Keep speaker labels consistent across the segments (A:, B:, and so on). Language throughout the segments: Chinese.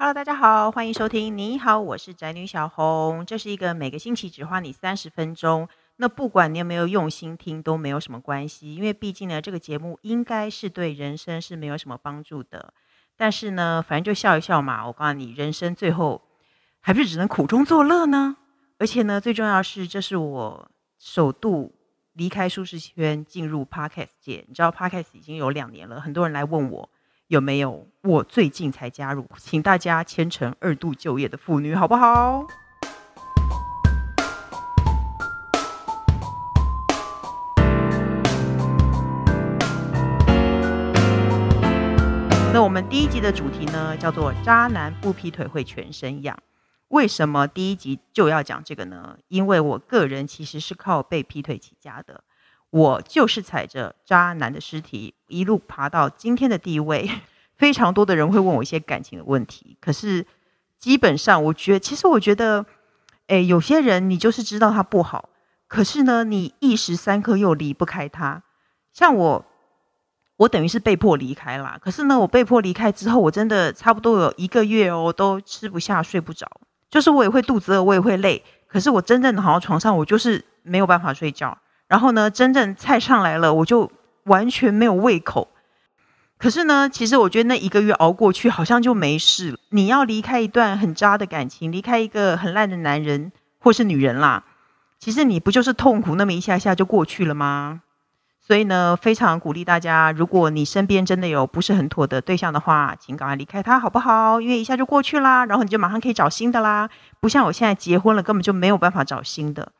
A: Hello，大家好，欢迎收听。你好，我是宅女小红。这是一个每个星期只花你30分钟，那不管你有没有用心听都没有什么关系，因为毕竟呢，这个节目应该是对人生是没有什么帮助的。但是呢，反正就笑一笑嘛。我告诉你，人生最后还不是只能苦中作乐呢？而且呢，最重要的是，这是我首度离开舒适圈，进入 Podcast 界。你知道 Podcast 已经有2年了，很多人来问我有没有，我最近才加入，请大家签成2度就业的妇女，好不好？那我们第一集的主题呢，叫做渣男不劈腿会全身痒。为什么第一集就要讲这个呢？因为我个人其实是靠被劈腿起家的，我就是踩着渣男的尸体一路爬到今天的地位。非常多的人会问我一些感情的问题，可是基本上我觉得有些人你就是知道他不好，可是呢你一时三刻又离不开他。像我等于是被迫离开啦，可是呢我被迫离开之后，我真的差不多有1个月都吃不下睡不着，就是我也会肚子饿，我也会累，可是我真正躺到床上我就是没有办法睡觉，然后呢真正菜上来了我就完全没有胃口。可是呢，其实我觉得那1个月熬过去好像就没事了。你要离开一段很渣的感情，离开一个很烂的男人或是女人啦，其实你不就是痛苦那么一下下就过去了吗？所以呢，非常鼓励大家，如果你身边真的有不是很妥的对象的话，请赶快离开他好不好？因为一下就过去啦，然后你就马上可以找新的啦，不像我现在结婚了根本就没有办法找新的。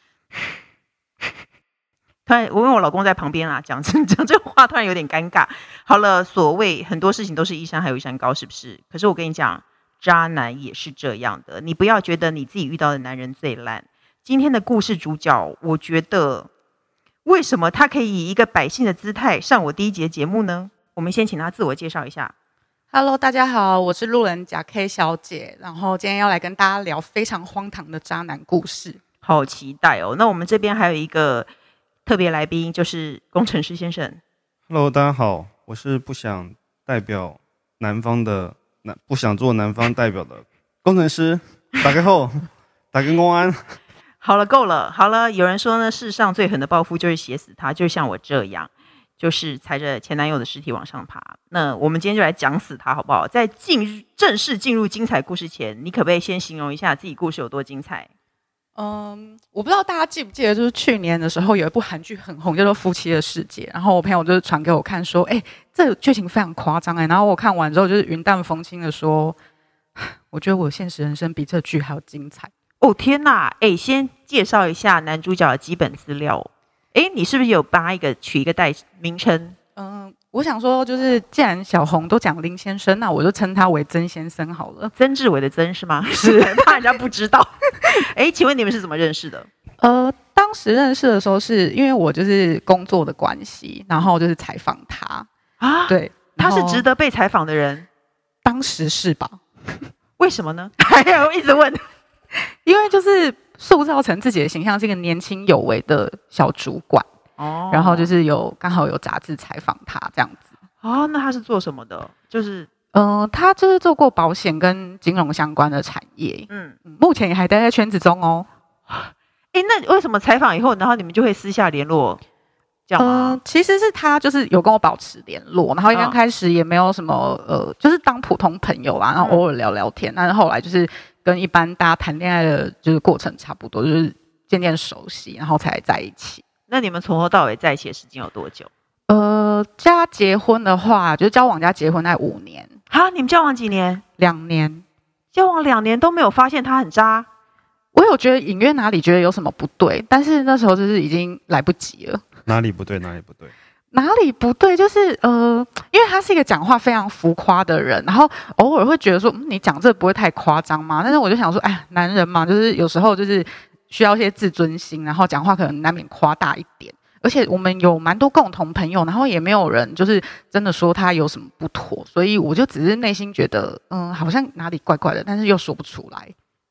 A: 突然，我问我老公在旁边啦，讲这个话突然有点尴尬。好了，所谓很多事情都是一山还有一山高，是不是？可是我跟你讲，渣男也是这样的。你不要觉得你自己遇到的男人最烂。今天的故事主角，我觉得为什么他可以以一个百姓的姿态上我第一节节目呢？我们先请他自我介绍一下。
B: Hello， 大家好，我是路人甲 K 小姐，然后今天要来跟大家聊非常荒唐的渣男故事。
A: 好期待哦！那我们这边还有一个特别来宾，就是工程师先生。
C: Hello， 大家好，我是不想代表男方的不想做男方代表的工程师。大家好，大家公安。
A: 好了，够了，好了。有人说呢，世上最狠的报复就是写死他，就像我这样，就是踩着前男友的尸体往上爬。那我们今天就来讲死他，好不好？在正式进入精彩故事前，你可不可以先形容一下自己故事有多精彩？
B: 我不知道大家记不记得，就是去年的时候有一部韩剧很红，叫做《夫妻的世界》，然后我朋友就是传给我看说，这个剧情非常夸张然后我看完之后就是云淡风轻的说，我觉得我现实人生比这剧还要精彩。
A: 哦天哪！先介绍一下男主角的基本资料。你是不是有帮他取一个名称？
B: 我想说，就是既然小红都讲林先生，那我就称他为曾先生好了。
A: 曾志伟的曾是吗？
B: 是，
A: 怕人家不知道。请问你们是怎么认识的？
B: 当时认识的时候是因为我就是工作的关系，然后就是采访他
A: 啊。
B: 对，
A: 他是值得被采访的人，
B: 当时是吧？
A: 为什么呢？还有一直问，
B: 因为就是塑造成自己的形象是一个年轻有为的小主管。然后就是刚好有杂志采访他这样子。
A: 那他是做什么的？就是
B: 他就是做过保险跟金融相关的产业。目前也还待在圈子中哦。
A: 那为什么采访以后，然后你们就会私下联络？这样吗？
B: 其实是他就是有跟我保持联络，然后刚开始也没有什么就是当普通朋友啦，然后偶尔聊聊天。但是后来就是跟一般大家谈恋爱的就是过程差不多，就是渐渐熟悉，然后才在一起。
A: 那你们从头到尾在一起的时间有多久？
B: 加结婚的话，就是交往加结婚大概5年。
A: 你们交往几年？2
B: 年。
A: 交往2年都没有发现他很渣？
B: 我有觉得隐约哪里觉得有什么不对，但是那时候就是已经来不及了。
C: 哪里不对？哪里不对？
B: 哪里不对？就是因为他是一个讲话非常浮夸的人，然后偶尔会觉得说，你讲这不会太夸张吗？但是我就想说，男人嘛，就是有时候就是需要一些自尊心，然后讲话可能难免夸大一点。而且我们有蛮多共同朋友，然后也没有人就是真的说他有什么不妥，所以我就只是内心觉得，好像哪里怪怪的，但是又说不出来。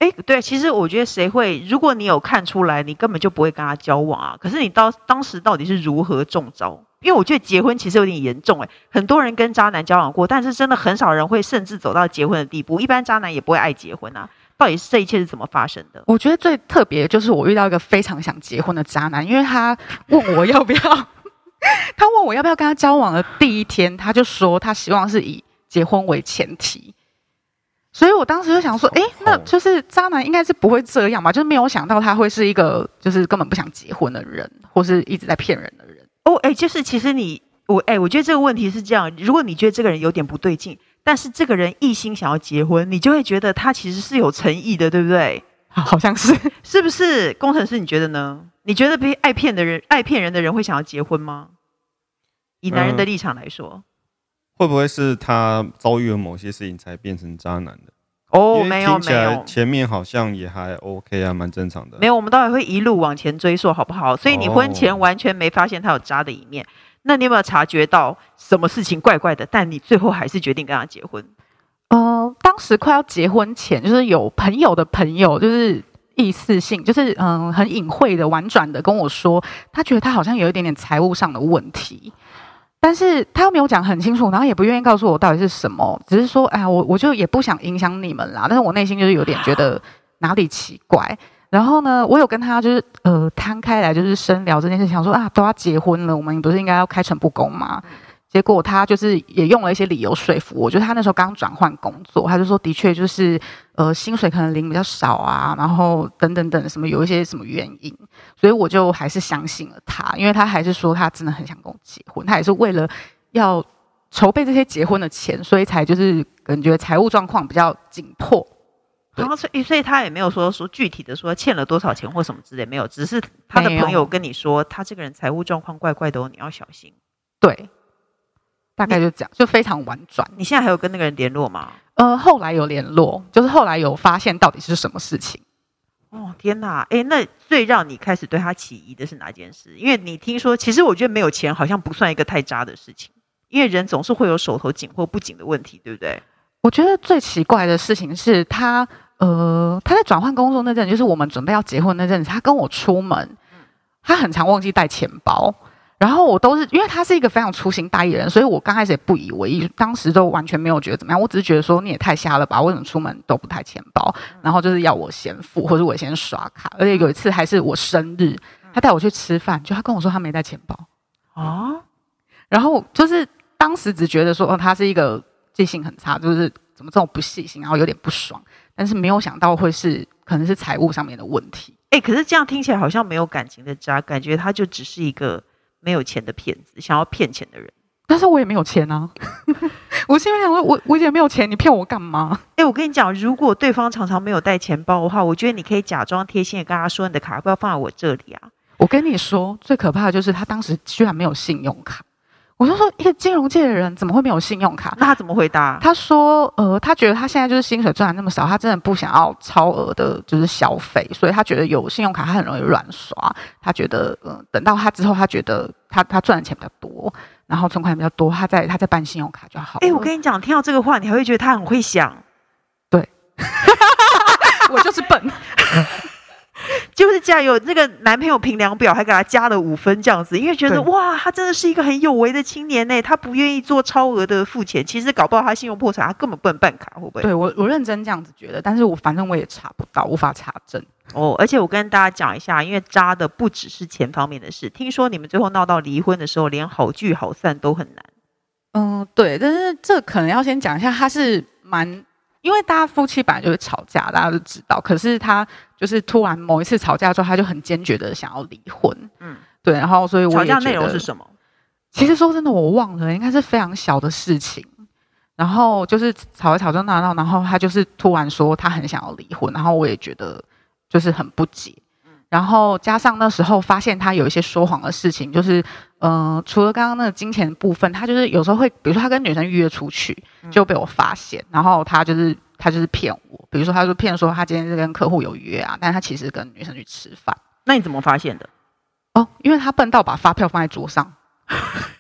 A: 对，其实我觉得谁会，如果你有看出来，你根本就不会跟他交往啊。可是你当时到底是如何中招？因为我觉得结婚其实有点严重很多人跟渣男交往过，但是真的很少人会甚至走到结婚的地步。一般渣男也不会爱结婚啊。到底是这一切是怎么发生的？
B: 我觉得最特别的就是我遇到一个非常想结婚的渣男，因为他问我要不要，他问我要不要跟他交往的第一天，他就说他希望是以结婚为前提。所以我当时就想说，那就是渣男应该是不会这样吧？就是没有想到他会是一个就是根本不想结婚的人，或是一直在骗人的人。
A: 就是其实我觉得这个问题是这样：如果你觉得这个人有点不对劲，但是这个人一心想要结婚，你就会觉得他其实是有诚意的，对不对？
B: 好像是，
A: 是不是？工程师，你觉得呢？你觉得被爱骗人的人会想要结婚吗？以男人的立场来说。
C: 会不会是他遭遇了某些事情才变成渣男的？
A: 没有，
C: 前面好像也还 OK 啊，蛮正常的。
A: 没有，我们待会会一路往前追溯，好不好？所以你婚前完全没发现他有渣的一面，那你有没有察觉到什么事情怪怪的？但你最后还是决定跟他结婚？
B: 当时快要结婚前，就是有朋友的朋友，就是意思性，就是很隐晦的、婉转的跟我说，他觉得他好像有一点点财务上的问题。但是他又没有讲很清楚，然后也不愿意告诉我到底是什么，只是说，我就也不想影响你们啦。但是我内心就是有点觉得哪里奇怪。然后呢，我有跟他就是摊开来就是深聊这件事，想说都要结婚了，我们不是应该要开诚布公吗？结果他就是也用了一些理由说服我，就是他那时候刚转换工作，他就说的确就是薪水可能领比较少啊，然后等等等什么有一些什么原因，所以我就还是相信了他，因为他还是说他真的很想跟我结婚，他也是为了要筹备这些结婚的钱，所以才就是感觉财务状况比较紧迫。
A: 然后所以他也没有说具体的说欠了多少钱或什么之类，没有，只是他的朋友跟你说他这个人财务状况怪怪的你要小心。
B: 对。大概就这样，就非常婉转。
A: 你现在还有跟那个人联络吗？
B: 后来有联络，就是后来有发现到底是什么事情。
A: 天哪！那最让你开始对他起疑的是哪件事？因为你听说，其实我觉得没有钱好像不算一个太渣的事情，因为人总是会有手头紧或不紧的问题，对不对？
B: 我觉得最奇怪的事情是他在转换工作那阵，就是我们准备要结婚那阵子，他跟我出门，他很常忘记带钱包。然后我都是因为他是一个非常粗心大意的人，所以我刚开始也不以为意，当时都完全没有觉得怎么样，我只是觉得说你也太瞎了吧，为什么出门都不带钱包？然后就是要我先付，或者我先刷卡，而且有一次还是我生日，他带我去吃饭，就他跟我说他没带钱包然后就是当时只觉得说他是一个记性很差，就是怎么这种不细心，然后有点不爽，但是没有想到会是可能是财务上面的问题。
A: 可是这样听起来好像没有感情的渣，感觉他就只是一个没有钱的骗子，想要骗钱的人。
B: 但是我也没有钱啊我心里想说我也没有钱，你骗我干嘛？
A: 我跟你讲，如果对方常常没有带钱包的话，我觉得你可以假装贴心的跟他说，你的卡要不要放在我这里啊？
B: 我跟你说，最可怕的就是他当时居然没有信用卡。我就说，一个金融界的人怎么会没有信用卡？
A: 那他怎么回答？
B: 他说，他觉得他现在就是薪水赚的那么少，他真的不想要超额的，就是消费，所以他觉得有信用卡他很容易乱刷。他觉得，等到他之后，他觉得他赚的钱比较多，然后存款比较多，他再办信用卡就好了。
A: 我跟你讲，听到这个话，你还会觉得他很会想。
B: 对，我就是笨。
A: 就是这样，有那个男朋友评量表还给他加了5分这样子，因为觉得哇，他真的是一个很有为的青年呢，他不愿意做超额的付钱，其实搞不好他信用破产，他根本不能办卡，会不会？
B: 对，我认真这样子觉得，但是反正我也查不到，无法查证。
A: 而且我跟大家讲一下，因为渣的不只是钱方面的事，听说你们最后闹到离婚的时候，连好聚好散都很难。
B: 对，但是这可能要先讲一下，他是因为大家夫妻本来就会吵架，大家都知道。可是他就是突然某一次吵架之后，他就很坚决的想要离婚。对，然后所以我也觉得
A: 吵架内容是什么？
B: 其实说真的，我忘了，应该是非常小的事情。然后就是吵一吵就闹，然后他就是突然说他很想要离婚，然后我也觉得就是很不解。然后加上那时候发现他有一些说谎的事情，就是除了刚刚那个金钱部分，他就是有时候会，比如说他跟女生约出去就被我发现，然后他就是骗我，比如说他就骗说他今天是跟客户有约啊，但是他其实跟女生去吃饭。
A: 那你怎么发现的？
B: 因为他笨到把发票放在桌上。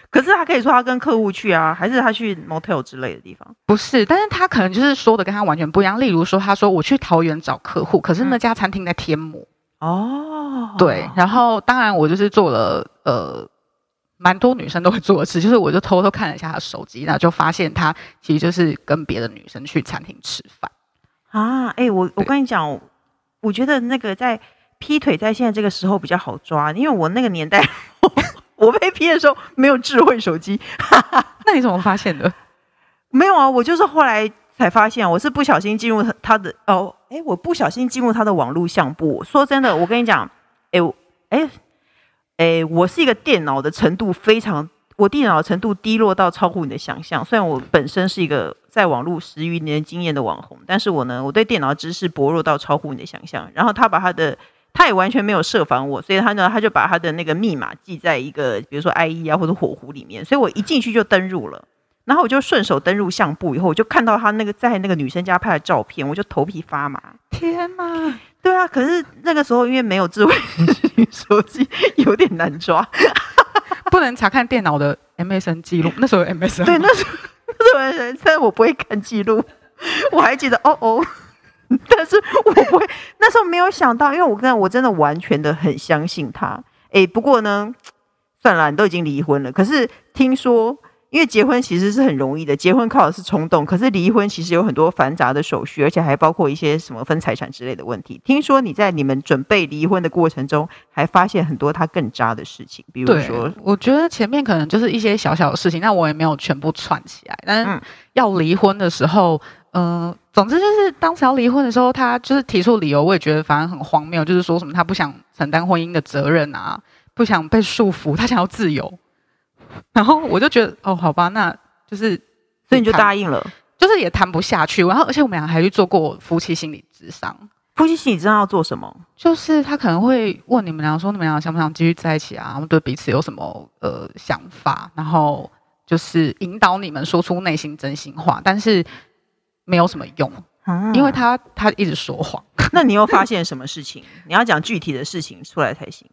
A: 可是他可以说他跟客户去啊，还是他去 motel 之类的地方？
B: 不是，但是他可能就是说的跟他完全不一样。例如说，他说我去桃园找客户，可是那家餐厅在天母。
A: 哦，
B: 对，然后当然我就是做了蛮多女生都会做的事，就是我就偷偷看了一下他的手机，然后就发现他其实就是跟别的女生去餐厅吃饭
A: 啊。我跟你讲，我觉得那个在劈腿在现在这个时候比较好抓，因为我那个年代我被劈的时候没有智慧手机。
B: 那你怎么发现的？
A: 没有啊，我就是后来才发现，我是不小心进入他的我不小心进入他的网络相簿。说真的，我跟你讲，我是一个电脑的程度我电脑的程度低落到超乎你的想象。虽然我本身是一个在网络10余年经验的网红，但是我对电脑知识薄弱到超乎你的想象。然后他也完全没有设防我，所以他就把他的那个密码记在一个比如说 IE 啊或者火狐里面，所以我一进去就登入了。然后我就顺手登入相簿，以后我就看到他在那个女生家拍的照片，我就头皮发麻。
B: 天哪！
A: 对啊，可是那个时候因为没有智慧手机，有点难抓，
B: 不能查看电脑的 MSN 记录。那时候有 MSN，
A: 对，那时候但我不会看记录，我还记得但是我不会，那时候没有想到，因为我真的完全的很相信他。不过呢，算了，你都已经离婚了，可是听说。因为结婚其实是很容易的，结婚靠的是冲动，可是离婚其实有很多繁杂的手续，而且还包括一些什么分财产之类的问题。听说你在你们准备离婚的过程中，还发现很多他更渣的事情，比如说，
B: 我觉得前面可能就是一些小小的事情，但我也没有全部串起来。但是要离婚的时候，总之就是当时要离婚的时候，他就是提出理由，我也觉得反正很荒谬，就是说什么他不想承担婚姻的责任啊，不想被束缚，他想要自由。然后我就觉得好吧，那就是
A: 所以你就答应了，
B: 就是也谈不下去。然后而且我们俩还去做过夫妻心理咨商。
A: 夫妻心理咨商要做什么？
B: 就是他可能会问你们俩说，你们俩想不想继续在一起啊？对彼此有什么想法？然后就是引导你们说出内心真心话，但是没有什么用，因为他一直说谎。
A: 那你又发现什么事情？你要讲具体的事情出来才行。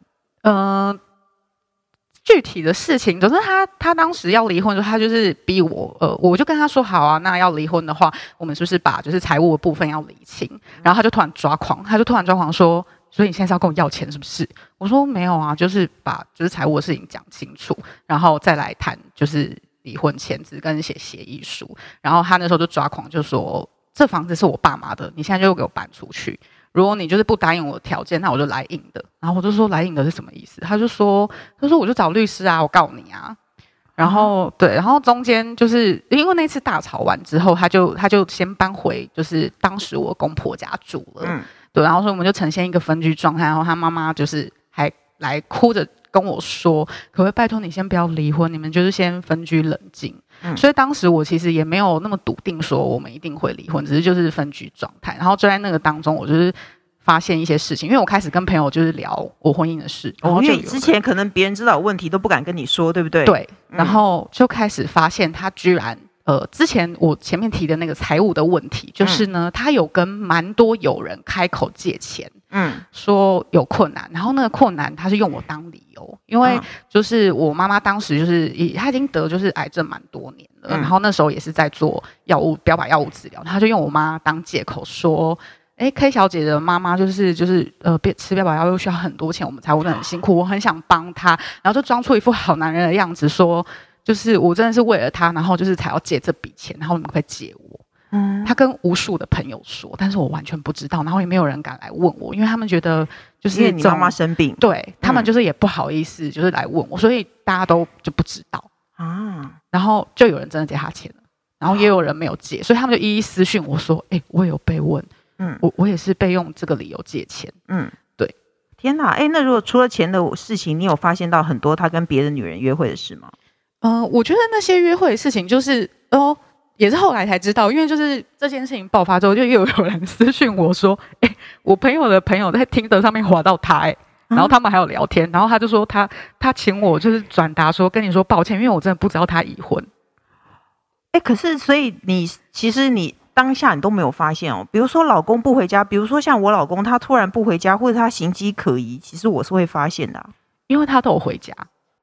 B: 具体的事情，总之他当时要离婚的时候，他就是逼我，我就跟他说好啊，那要离婚的话，我们是不是把就是财务的部分要理清？然后他就突然抓狂说，所以你现在是要跟我要钱是不是？我说没有啊，就是把就是财务的事情讲清楚，然后再来谈就是离婚签字跟写协议书。然后他那时候就抓狂，就说这房子是我爸妈的，你现在就给我搬出去。如果你就是不答应我的条件，那我就来硬的。然后我就说来硬的是什么意思？他说我就找律师啊，我告你啊。然后对，然后中间就是因为那次大吵完之后，他就先搬回就是当时我公婆家住了。对，然后所以我们就呈现一个分居状态。然后他妈妈就是还来哭着跟我说，可不可以拜托你先不要离婚，你们就是先分居冷静。所以当时我其实也没有那么笃定说我们一定会离婚，只是就是分居状态。然后就在那个当中，我就是发现一些事情，因为我开始跟朋友就是聊我婚姻的事，然后
A: 因为之前可能别人知道有问题都不敢跟你说，对不对？
B: 对，然后就开始发现他居然之前我前面提的那个财务的问题，就是呢，他有跟蛮多友人开口借钱，说有困难，然后那个困难他是用我当理由，因为就是我妈妈当时就是她已经得就是癌症蛮多年了，然后那时候也是在做标靶药物治疗，他就用我妈当借口说，K 小姐的妈妈就是吃标靶药又需要很多钱，我们财务真的很辛苦，我很想帮她，然后就装出一副好男人的样子说，就是我真的是为了他，然后就是才要借这笔钱，然后你们可以借我。他跟无数的朋友说，但是我完全不知道，然后也没有人敢来问我，因为他们觉得就是
A: 因为你妈妈生病，
B: 对他们就是也不好意思，就是来问我，所以大家都就不知道啊。然后就有人真的借他钱了，然后也有人没有借，所以他们就一一私讯我说，我也有被问，我也是被用这个理由借钱，对。
A: 天哪，那如果除了钱的事情，你有发现到很多他跟别的女人约会的事吗？
B: 我觉得那些约会的事情就是也是后来才知道，因为就是这件事情爆发之后，就又有人私讯我说，我朋友的朋友在Tinder上面滑到他，然后他们还有聊天，然后他就说他请我就是转达说跟你说抱歉，因为我真的不知道他已婚。
A: 可是所以其实你当下你都没有发现比如说老公不回家，比如说像我老公他突然不回家，或者他行迹可疑，其实我是会发现的因
B: 为他都有回家。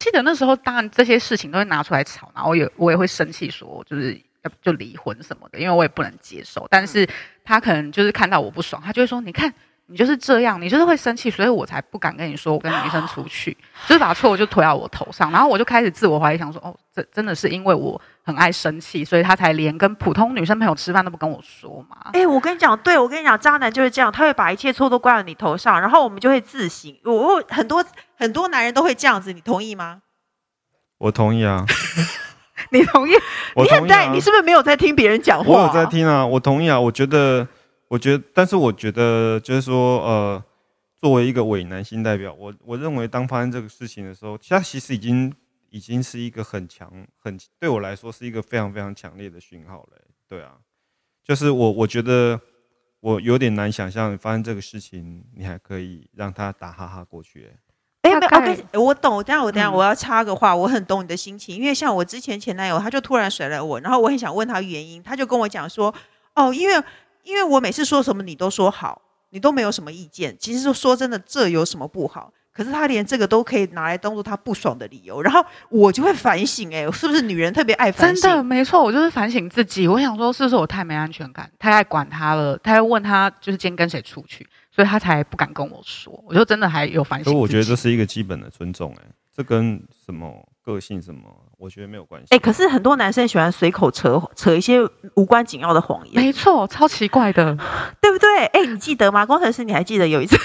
B: 记得那时候当然这些事情都会拿出来吵，然后我也会生气说就是就离婚什么的，因为我也不能接受。但是他可能就是看到我不爽，他就会说你看你就是这样，你就是会生气，所以我才不敢跟你说我跟女生出去，就是把错就推到我头上。然后我就开始自我怀疑，想说哦，这真的是因为我很爱生气，所以他才连跟普通女生朋友吃饭都不跟我说嘛。
A: 我跟你讲，对，我跟你讲，渣男就是这样，他会把一切错都怪到你头上，然后我们就会自省。我很多男人都会这样子，你同意吗？
C: 我同意啊。
B: 你同意？
C: 我同意啊。
A: 你是不是没有在听别人讲话？
C: 我有在听啊，我同意啊。我觉得，但是我觉得就是说，作为一个伪男性代表，我认为当发生这个事情的时候，它其实已经是一个很对我来说是一个非常非常强烈的讯号了。对啊，就是我觉得我有点难想象发生这个事情，你还可以让他打哈哈过去。
A: 我懂。等一下我要插个话，我很懂你的心情，因为像我之前前男友，他就突然甩了我，然后我很想问他原因，他就跟我讲说，哦，因为我每次说什么你都说好，你都没有什么意见。其实说真的，这有什么不好？可是他连这个都可以拿来当做他不爽的理由，然后我就会反省，是不是女人特别爱反省？
B: 真的没错，我就是反省自己。我想说，是不是我太没安全感，太爱管他了？他会问他就是今天跟谁出去，所以他才不敢跟我说。我就真的还有反省自己。
C: 所以我觉得这是一个基本的尊重，这跟什么个性什么，我觉得没有关系。
A: 可是很多男生喜欢随口扯一些无关紧要的谎言，
B: 没错，超奇怪的，
A: 对不对？你记得吗？工程师，你还记得有一次？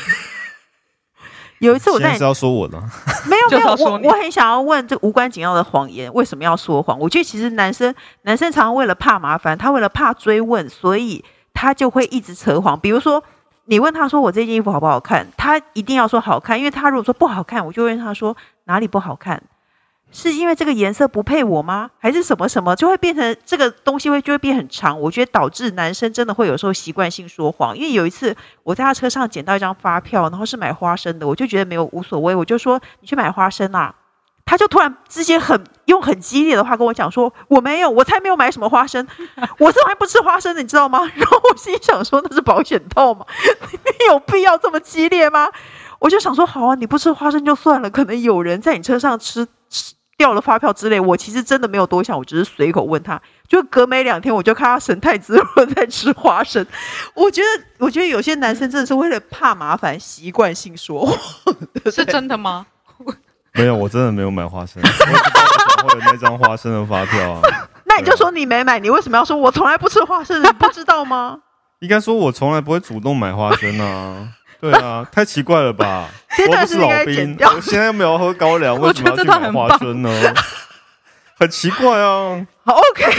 A: 我在
C: 现在是要说我的，
A: 没有，我很想要问这无关紧要的谎言为什么要说谎？我觉得其实男生常常为了怕麻烦，他为了怕追问，所以他就会一直扯谎。比如说，你问他说我这件衣服好不好看，他一定要说好看，因为他如果说不好看，我就问他说哪里不好看？是因为这个颜色不配我吗？还是什么什么？就会变成这个东西就会变很长。我觉得导致男生真的会有时候习惯性说谎。因为有一次我在他车上捡到一张发票，然后是买花生的，我就觉得没有无所谓，我就说你去买花生啊。他就突然之间用很激烈的话跟我讲说我没有，我才没有买什么花生，我是还不吃花生的，你知道吗？然后我心里想说那是保险套吗？你有必要这么激烈吗？我就想说好啊，你不吃花生就算了，可能有人在你车上吃掉了发票之类，我其实真的没有多想，我只是随口问他，就隔没2天我就看他神态自若在吃花生。我觉得有些男生真的是为了怕麻烦习惯性说谎，
B: 是真的吗？
C: 没有，我真的没有买花生，我只知道会有那张花生的发票啊。
A: 那你就说你没买，你为什么要说我从来不吃花生？你不知道吗？
C: 应该说我从来不会主动买花生啊。对啊，太奇怪了吧？我不是老兵，我现在又没有喝高粱，为什么要去买花生呢？很奇怪啊。
A: 好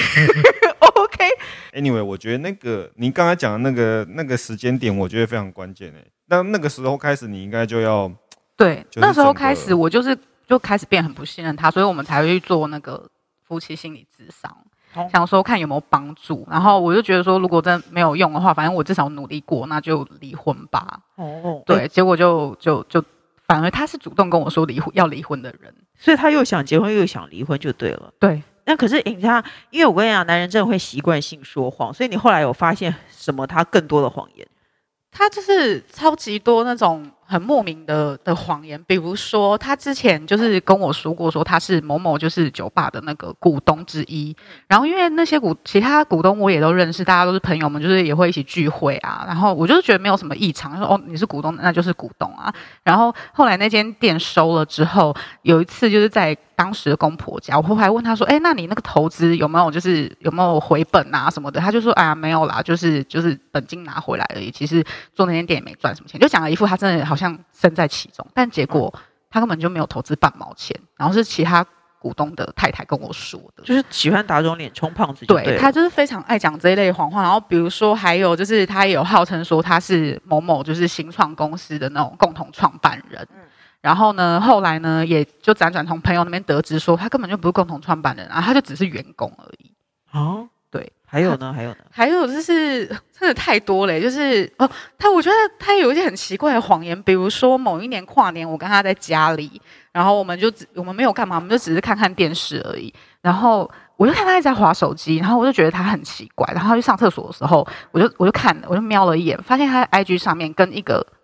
A: ，OK。
C: Anyway， 我觉得你刚才讲的那个时间点，我觉得非常关键那个时候开始，你应该就要
B: 对，那时候开始我就开始变很不信任他，所以我们才会去做那个夫妻心理咨商。想说看有没有帮助，然后我就觉得说，如果真的没有用的话，反正我至少努力过，那就离婚吧。对，结果就反而他是主动跟我说要离婚的人，
A: 所以他又想结婚又想离婚就对了。
B: 对，
A: 那可是你看，因为我跟你讲，男人真的会习惯性说谎，所以你后来有发现什么他更多的谎言？
B: 他就是超级多那种很莫名的谎言，比如说他之前就是跟我说过，说他是某某就是酒吧的那个股东之一，然后因为那些其他股东我也都认识，大家都是朋友们，就是也会一起聚会啊，然后我就是觉得没有什么异常，说哦你是股东那就是股东啊，然后后来那间店收了之后，有一次就是在当时的公婆家，我婆婆还问他说，那你那个投资有没有回本啊什么的，他就说没有啦，就是本金拿回来而已，其实做那间店也没赚什么钱，就讲了一副他真的好像身在其中，但结果他根本就没有投资半毛钱，然后是其他股东的太太跟我说的，
A: 就是喜欢打肿脸充胖子就对了。
B: 对，他就是非常爱讲这一类谎话，然后比如说还有就是他也有号称说他是某某就是新创公司的那种共同创办人。然后呢，后来呢，也就辗转从朋友那边得知说，他根本就不是共同创办人啊，他就只是员工而已。对，
A: 还有呢，
B: 还有就是真的太多了，就是我觉得他有一些很奇怪的谎言，比如说某一年跨年，我跟他在家里，然后我们没有干嘛，我们就只是看看电视而已，然后我就看他一直在滑手机，然后我就觉得他很奇怪，然后去上厕所的时候，我就瞄了一眼，发现他在 IG 上面跟一个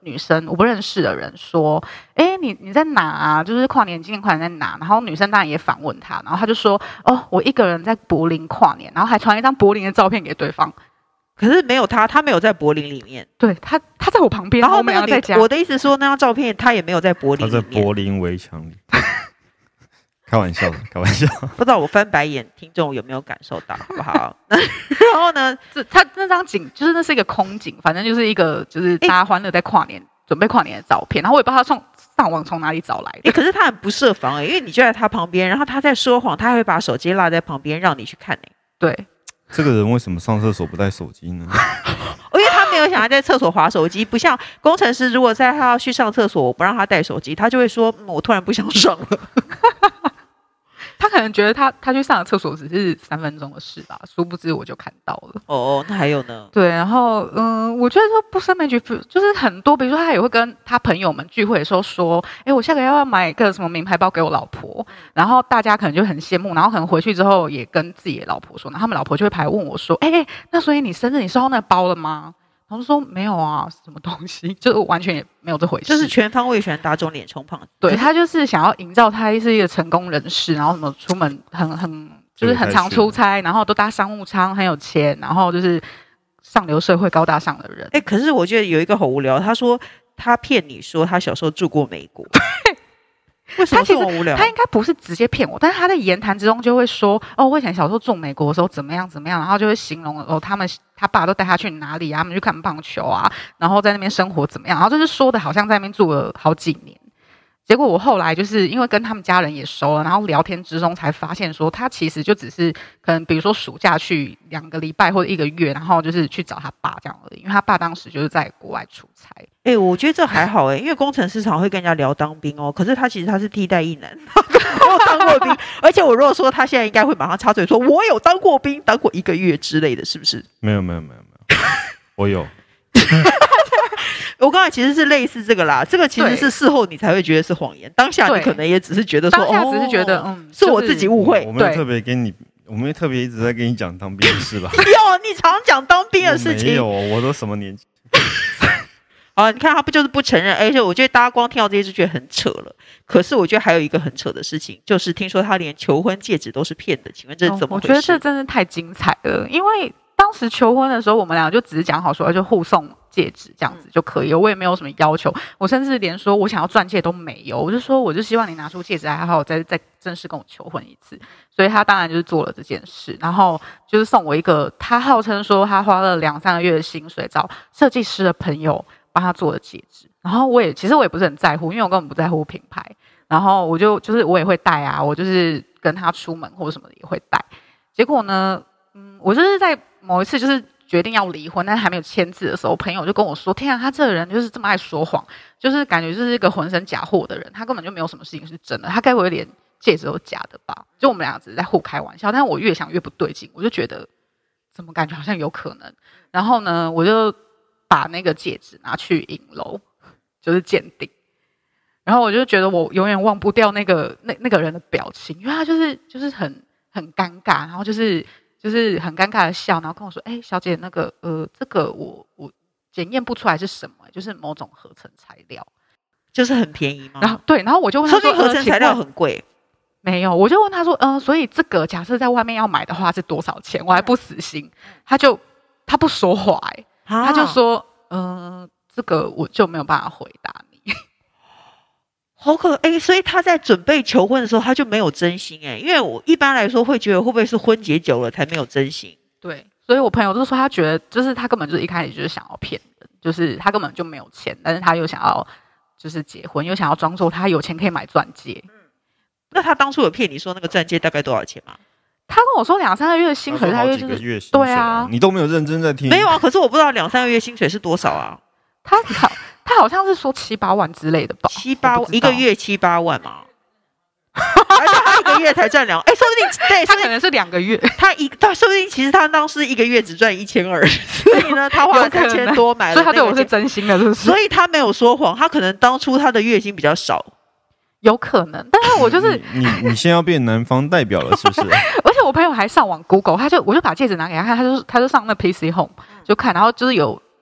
B: 女生，我不认识的人说，你在哪啊？就是跨年纪念跨年在哪？然后女生当然也反问他，然后他就说，哦，我一个人在柏林跨年，然后还传一张柏林的照片给对方。
A: 可是没有他没有在柏林里面，
B: 对他在我旁边，
A: 然后
B: 我们两个在家。
A: 我的意思说，那张照片他也没有在柏林里面，
C: 他在柏林围墙里。开玩笑的，开玩笑。
A: 不知道我翻白眼，听众有没有感受到，好不好？然后呢，
B: 他那张景就是那是一个空景，反正就是一个就是大家欢乐在跨年、准备跨年的照片。然后我也不知道他上网从哪里找来的。
A: 可是他很不设防因为你就在他旁边，然后他在说谎，他还会把手机落在旁边让你去看
B: 对。
C: 这个人为什么上厕所不带手机呢？
A: 因为他没有想要在厕所滑手机，不像工程师，如果他要去上厕所，我不让他带手机，他就会说，我突然不想上了。
B: 他可能觉得他去上个厕所只是3分钟的事吧，殊不知我就看到了。
A: 哦，那还有呢？
B: 对，然后我觉得说不胜枚举，就是很多，比如说他也会跟他朋友们聚会的时候说，我下个月要买一个什么名牌包给我老婆，然后大家可能就很羡慕，然后可能回去之后也跟自己的老婆说，然后他们老婆就会跑来问我说，那所以你生日你收到那个包了吗？然后说没有啊，什么东西，就完全也没有这回事，
A: 就是全方位选打肿脸充胖子。
B: 对，他就是想要营造他是一个成功人士，然后什么出门就是很常出差，然后都搭商务舱，很有钱，然后就是上流社会高大上的人。
A: 可是我觉得有一个好无聊，他说他骗你说他小时候住过美国。为什么这么无聊？
B: 他应该不是直接骗我，但是他在言谈之中就会说，我以前小时候住美国的时候怎么样怎么样，然后就会形容他爸都带他去哪里啊，他们去看棒球啊，然后在那边生活怎么样，然后就是说的好像在那边住了好几年。结果我后来就是因为跟他们家人也熟了，然后聊天之中才发现说，他其实就只是可能比如说暑假去2个礼拜或者1个月，然后就是去找他爸这样而已，因为他爸当时就是在国外出差。
A: 我觉得这还好因为工程师常会跟人家聊当兵可是他其实是替代役男，没有当过兵。而且我如果说他现在应该会马上插嘴说，我有当过兵，当过1个月之类的，是不是？
C: 没有，我有。
A: 我刚才其实是类似这个啦，这个其实是事后你才会觉得是谎言，当下你可能也只是觉得说，
B: 当下只是觉得
A: 是我自己误会。
C: 我没有特别跟你，我没有特别一直在跟你讲当兵的事吧？
A: 有，你常讲当兵的事情。
C: 没有，我都什么年纪？
A: 你看他不就是不承认？而且我觉得大家光听到这些就觉得很扯了。可是我觉得还有一个很扯的事情，就是听说他连求婚戒指都是骗的，请问这是怎么回事？
B: 我觉得这真的太精彩了，因为当时求婚的时候，我们俩就只是讲好说就互送戒指这样子就可以了，我也没有什么要求，我甚至连说我想要钻戒都没有，我就说我就希望你拿出戒指来，还好再正式跟我求婚一次。所以他当然就是做了这件事，然后就是送我一个他号称说他花了2-3个月的薪水找设计师的朋友帮他做的戒指，然后其实我也不是很在乎，因为我根本不在乎品牌，然后我就是我也会戴啊，我就是跟他出门或者什么的也会戴。结果呢，我就是在某一次就是决定要离婚，但是还没有签字的时候，朋友就跟我说：“天啊，他这个人就是这么爱说谎，就是感觉就是一个浑身假货的人，他根本就没有什么事情是真的，他该不会连戒指都假的吧？”就我们俩只是在互开玩笑，但是我越想越不对劲，我就觉得怎么感觉好像有可能。然后呢，我就把那个戒指拿去影楼，就是鉴定。然后我就觉得我永远忘不掉那个人的表情，因为他就是很尴尬，然后就是很尴尬的笑，然后跟我说：“小姐，那个这个我检验不出来是什么，就是某种合成材料，
A: 就是很便宜吗？”
B: 然后我就问他说：“
A: 合成材料很贵？”
B: 没有，我就问他说：“所以这个假设在外面要买的话是多少钱？”我还不死心，他不说话他就说：“这个我就没有办法回答你。”
A: 好所以他在准备求婚的时候他就没有真心因为我一般来说会觉得会不会是婚结久了才没有真心？
B: 对，所以我朋友就说他觉得就是他根本就是一开始就是想要骗人，就是他根本就没有钱，但是他又想要就是结婚，又想要装作他有钱可以买钻戒。
A: 那他当初有骗你说那个钻戒大概多少钱吗？
B: 他跟我说2-3个月的薪水，他就是
C: 月薪水
B: 对啊，
C: 你都没有认真在听。
A: 没有啊，可是我不知道2-3个月薪水是多少啊？
B: 他好像是说7-8万之类的吧
A: ，7-8万1个月7-8万嘛，而且他1个月才赚2，说不定对，
B: 他可能是2个月，
A: 他说不定其实他当时1个月只赚1200，所以呢，他花了3000多买了，
B: 所以他对我是真心的，是不是？
A: 所以他没有说谎，他可能当初他的月薪比较少，
B: 有可能，但是我就是
C: 你现在要变南方代表了，是不是？
B: 而且我朋友还上网 Google，我就把戒指拿给他看，他就上那 PC Home 就看，然后就是有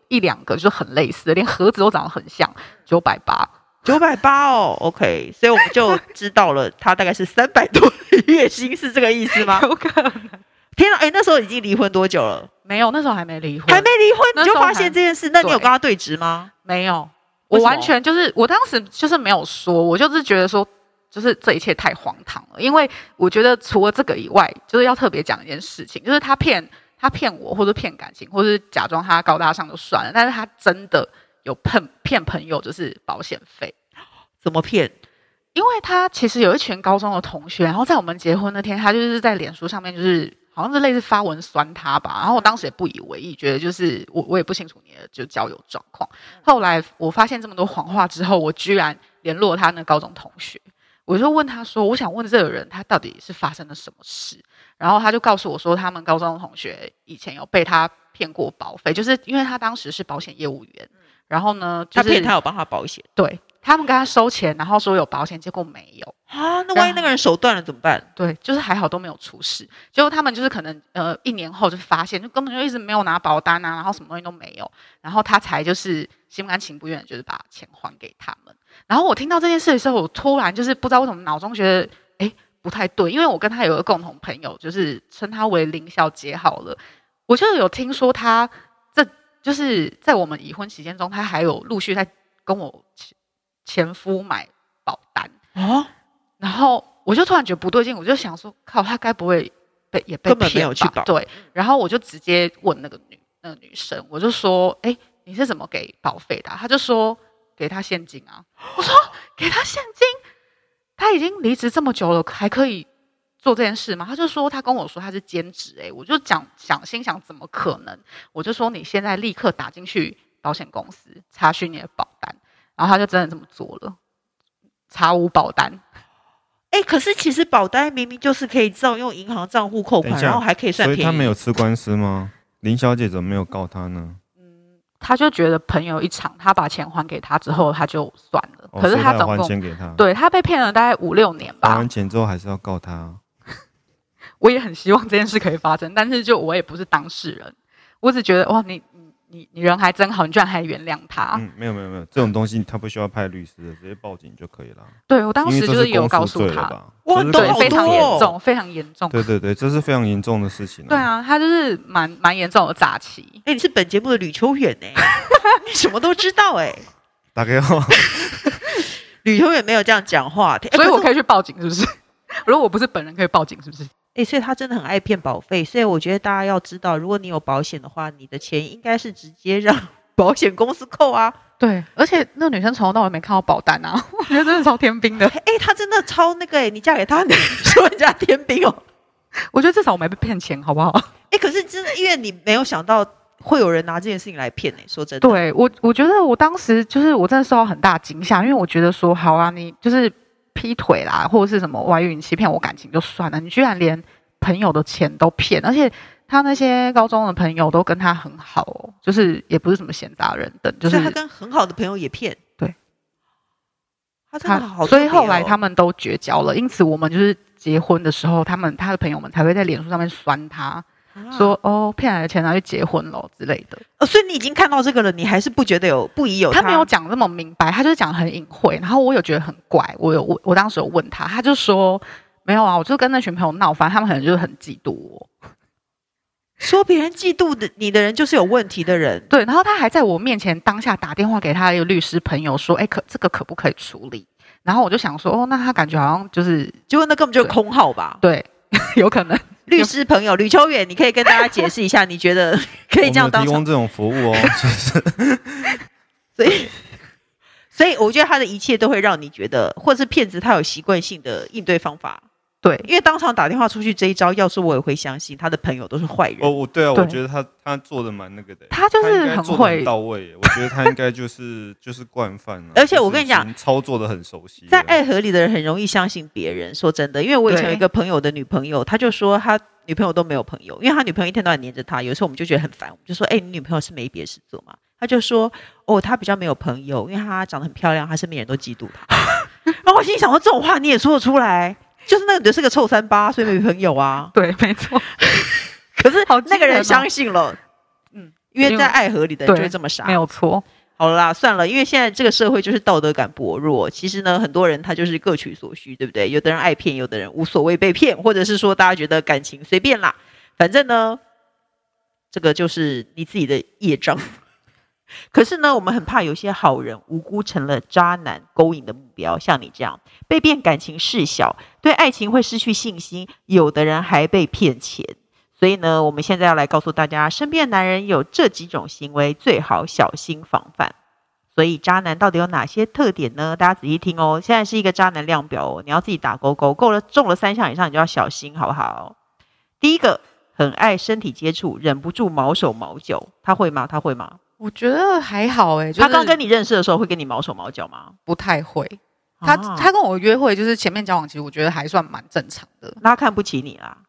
B: 1-2个就很类似的，连盒子都长得很像，980。
A: 980哦 ，OK， 所以我们就知道了，他大概是300多的月薪，是这个意思吗？
B: 有可能。
A: 天哪，那时候已经离婚多久了？
B: 没有，那时候还没离婚。
A: 还没离婚你就发现这件事？那你有跟他对质吗？
B: 没有，我完全就是我当时就是没有说，我就是觉得说，就是这一切太荒唐了。因为我觉得除了这个以外，就是要特别讲一件事情，就是他骗我，或者骗感情，或者是假装他高大上就算了，但是他真的有骗朋友，就是保险费。
A: 怎么骗？
B: 因为他其实有一群高中的同学，然后在我们结婚那天，他就是在脸书上面就是好像是类似发文酸他吧，然后我当时也不以为意，觉得就是我也不清楚你的就交友状况。后来我发现这么多谎话之后，我居然联络他那高中同学，我就问他说，我想问这个人他到底是发生了什么事，然后他就告诉我说，他们高中的同学以前有被他骗过保费，就是因为他当时是保险业务员，然后呢，就是、
A: 他骗他有帮他保险，
B: 对。他们跟他收钱，然后说有保险，结果没有
A: 啊。那万一那个人手断了怎么办？
B: 对，就是还好都没有出事。结果他们就是可能1年后就发现，就根本就一直没有拿保单啊，然后什么东西都没有，然后他才就是心不甘情不愿，就是把钱还给他们。然后我听到这件事的时候，我突然就是不知道为什么脑中觉得不太对，因为我跟他有一个共同朋友，就是称他为林小姐好了。我就有听说他就是在我们已婚期间中，他还有陆续在跟我前夫买保单
A: 哦，
B: 然后我就突然觉得不对劲，我就想说，靠，他该不会也被
A: 根本没
B: 骗吧？
A: 有去保？
B: 对，然后我就直接问那个女生，我就说，你是怎么给保费的？他就说给他现金啊。我说给他现金，他已经离职这么久了，还可以做这件事吗？他就说他跟我说他是兼职，我就心想怎么可能？我就说你现在立刻打进去保险公司查询你的保单。然后他就真的这么做了，查无保单。
A: 可是其实保单明明就是可以照用银行账户扣款，然后还可以算便宜。
C: 所以他没有吃官司吗？林小姐怎么没有告他呢？
B: 他就觉得朋友一场，他把钱还给他之后，他就算了。可是他总共
C: 还钱给他，
B: 对他被骗了大概5-6年吧。
C: 还完钱之后还是要告他。
B: 我也很希望这件事可以发生，但是就我也不是当事人，我只觉得哇，你人还真好，你居然还原谅他。
C: 没有，这种东西他不需要派律师的，直接报警就可以了。
B: 对，我当时就是有告诉他，
A: 哇，
B: 对，非常严重，非常严重。
C: 对，这是非常严重的事情。
B: 对啊，他就是蛮严重的诈欺。
A: 你是本节目的吕秋远你什么都知道
C: 大概好。
A: 吕秋远没有这样讲话，
B: 所以我可以去报警，是不是？如果我不是本人，可以报警，是不是？
A: 所以他真的很爱骗保费，所以我觉得大家要知道，如果你有保险的话，你的钱应该是直接让保险公司扣啊。
B: 对，而且那个女生从头到尾没看到保单啊，我觉得真的超天兵的。
A: 她真的超那个你嫁给他，你说人家天兵哦。
B: 我觉得至少我没被骗钱，好不好？
A: 可是真的，因为你没有想到会有人拿这件事情来骗说真的。
B: 对，我觉得我当时就是我真的受到很大惊吓，因为我觉得说好啊，你就是劈腿啦，或者是什么外遇，你欺骗我感情就算了，你居然连朋友的钱都骗，而且他那些高中的朋友都跟他很好就是也不是什么闲杂人等，就是
A: 他跟很好的朋友也骗。
B: 对，
A: 他真的好，
B: 所以后来他们都绝交了。因此我们就是结婚的时候，他的朋友们才会在脸书上面酸他。说骗来的钱拿去结婚了之类的。
A: 所以你已经看到这个了，你还是不觉得不疑有他？
B: 他没有讲这么明白，他就是讲很隐晦。然后我有觉得很怪，我当时有问他，他就说没有啊，我就跟那群朋友闹翻，他们可能就是很嫉妒我，
A: 说别人嫉妒的你的人就是有问题的人。
B: 对，然后他还在我面前当下打电话给他一个律师朋友说，这个可不可以处理？然后我就想说，那他感觉好像结果
A: 那根本就是空号吧？
B: 对，有可能。
A: 律师朋友吕秋远，你可以跟大家解释一下，你觉得可以这样当
C: 提供这种服务
A: 所以我觉得他的一切都会让你觉得，或者是骗子他有习惯性的应对方法。
B: 对，
A: 因为当场打电话出去这一招，要是我也会相信他的朋友都是坏人。
C: 对啊，我觉得他做的蛮那个的，
B: 他就是很会
C: 到位。我觉得他应该就是惯犯啊。
A: 而且我跟你讲，
C: 操作的很熟悉。
A: 在爱河里的人很容易相信别人。说真的，因为我以前有一个朋友的女朋友，他就说他女朋友都没有朋友，因为他女朋友一天到晚黏着他。有时候我们就觉得很烦，我们就说：“你女朋友是没别事做吗？”他就说：“她比较没有朋友，因为她长得很漂亮，她身边人都嫉妒她。”然后我心里想说，这种话你也说得出来？就是那个是个臭3八，所以没朋友啊。
B: 对，没错。
A: 可是那个人相信了， 因为在爱河里的人就会这么傻，
B: 没有错。
A: 好了啦，算了，因为现在这个社会就是道德感薄弱。其实呢，很多人他就是各取所需，对不对？有的人爱骗，有的人无所谓被骗，或者是说大家觉得感情随便啦，反正呢，这个就是你自己的业障。可是呢，我们很怕有些好人无辜成了渣男勾引的目标，像你这样被骗感情事小，对爱情会失去信心，有的人还被骗钱。所以呢，我们现在要来告诉大家，身边的男人有这几种行为，最好小心防范。所以渣男到底有哪些特点呢？大家仔细听哦，现在是一个渣男量表哦，你要自己打勾勾，中了3项以上，你就要小心，好不好？第一个，很爱身体接触，忍不住毛手毛脚，他会吗？他会吗？
B: 我觉得还好就是、
A: 他刚跟你认识的时候会跟你毛手毛脚吗？
B: 不太会。他跟我约会，就是前面交往，其实我觉得还算蛮正常的。
A: 那他看不起你啦。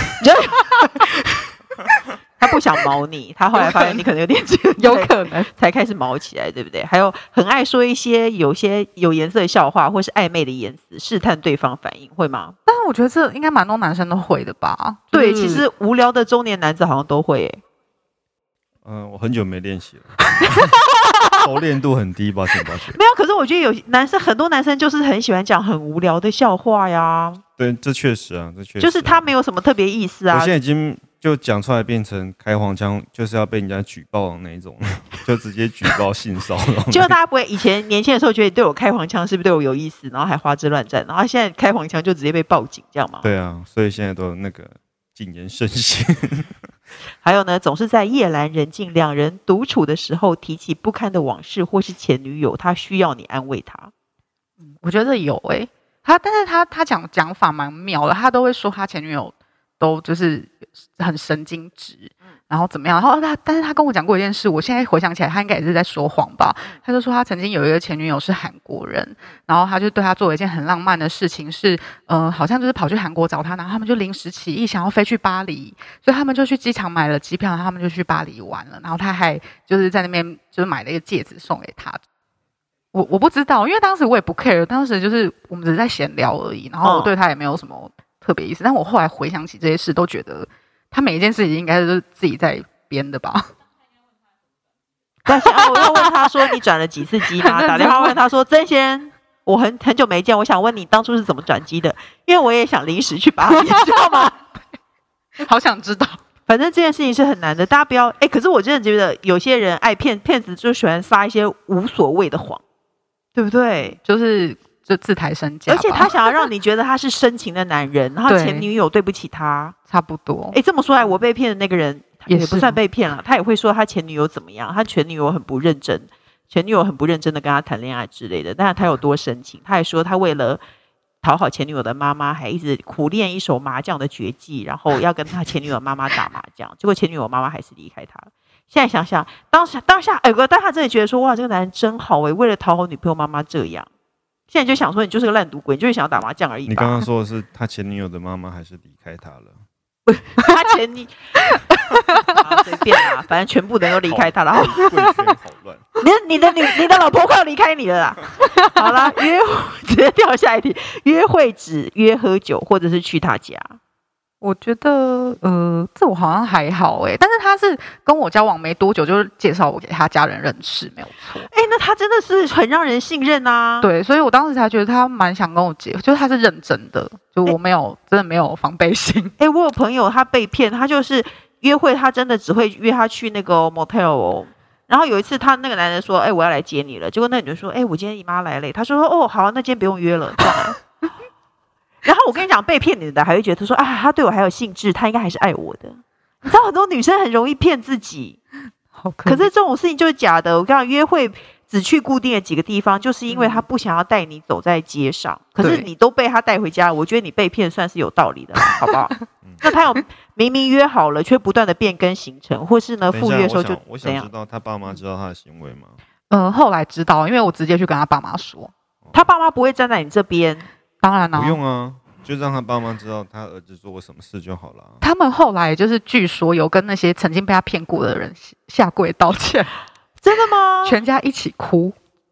A: 他不想毛你，他后来发现你可能有点
B: 有可能
A: 才开始毛起来，对不对？还有很爱说一些有颜色的笑话，或是暧昧的言辞，试探对方反应，会吗？
B: 但是我觉得这应该蛮多男生都会的吧？
A: 对，其实无聊的中年男子好像都会耶。
C: 我很久没练习了，熟练度很低，抱歉。
A: 没有，可是我觉得很多男生就是很喜欢讲很无聊的笑话呀。
C: 对，这确实啊，
A: 就是他没有什么特别意思啊。
C: 我现在已经就讲出来变成开黄腔，就是要被人家举报的那一种，就直接举报性骚扰。
A: 就大家不会以前年轻的时候觉得对我开黄腔是不是对我有意思，然后还花枝乱颤，然后现在开黄腔就直接被报警，这样吗？
C: 对啊，所以现在都那个谨言慎行。
A: 还有呢，总是在夜阑人静、两人独处的时候提起不堪的往事或是前女友，他需要你安慰他。
B: 我觉得有但是他讲法蛮妙的，他都会说他前女友都就是很神经质，然后怎么样，然后但是他跟我讲过一件事，我现在回想起来，他应该也是在说谎吧。他就说他曾经有一个前女友是韩国人，然后他就对他做了一件很浪漫的事情，是好像就是跑去韩国找他，然后他们就临时起意想要飞去巴黎，所以他们就去机场买了机票，然后他们就去巴黎玩了，然后他还就是在那边就是买了一个戒指送给他。我不知道，因为当时我也不 care， 当时就是我们只是在闲聊而已，然后我对他也没有什么特别意思，但我后来回想起这些事，都觉得他每一件事情应该是自己在编的吧。
A: 但是我要问他说：“你转了几次机吗？”打电话问他说：“曾先生，我很久没见，我想问你当初是怎么转机的？因为我也想临时去巴黎，知道吗？”
B: 好想知道。
A: 反正这件事情是很难的，大家不要可是我真的觉得有些人爱骗子，就喜欢撒一些无所谓的谎。对不对？
B: 就自抬身价，
A: 而且他想要让你觉得他是深情的男人，然后前女友对不起他，
B: 差不多。
A: 这么说来，我被骗的那个人也不算被骗了，他也会说他前女友怎么样，他前女友很不认真，前女友很不认真的跟他谈恋爱之类的。但是他有多深情，他还说他为了讨好前女友的妈妈，还一直苦练一手麻将的绝技，然后要跟他前女友妈妈打麻将，结果前女友妈妈还是离开他了。现在想想，当下，当他真的觉得说，哇，这个男人真好为了讨好女朋友妈妈这样。现在就想说，你就是个烂赌鬼，你就是想要打麻将而已吧。
C: 你刚刚说的是他前女友的妈妈还是离开他了？
A: 他前女，随便啦，反正全部人都离开他了。
C: 贵圈好乱。
A: 你的老婆快要离开你了啦。好啦，直接跳下一题，约会只约喝酒，或者是去他家。
B: 我觉得这我好像还好但是他是跟我交往没多久，就是介绍我给他家人认识，没有错。
A: 那他真的是很让人信任啊。
B: 对，所以我当时才觉得他蛮想跟我结，就是他是认真的，就我真的没有防备心。
A: 我有朋友他被骗，他就是约会，他真的只会约他去那个 motel 然后有一次他那个男人说，我要来接你了，结果那女人说，我今天姨妈来了。他说，哦，好，那今天不用约了，这样然后我跟你讲，被骗你的还会觉得说，他对我还有兴致，他应该还是爱我的。你知道很多女生很容易骗自己，可是这种事情就是假的。我跟你讲，约会只去固定的几个地方，就是因为他不想要带你走在街上。可是你都被他带回家，我觉得你被骗算是有道理的，好不好？那他有明明约好了，却不断的变更行程，或是呢赴约的时候就
C: 我想知道他爸妈知道他的行为吗？
B: 后来知道，因为我直接去跟他爸妈说，
A: 他爸妈不会站在你这边。
B: 当然啦，
C: 不用啊，就让他爸妈知道他儿子做过什么事就好了。
B: 他们后来就是据说有跟那些曾经被他骗过的人下跪道歉。
A: 真的吗？
B: 全家一起哭，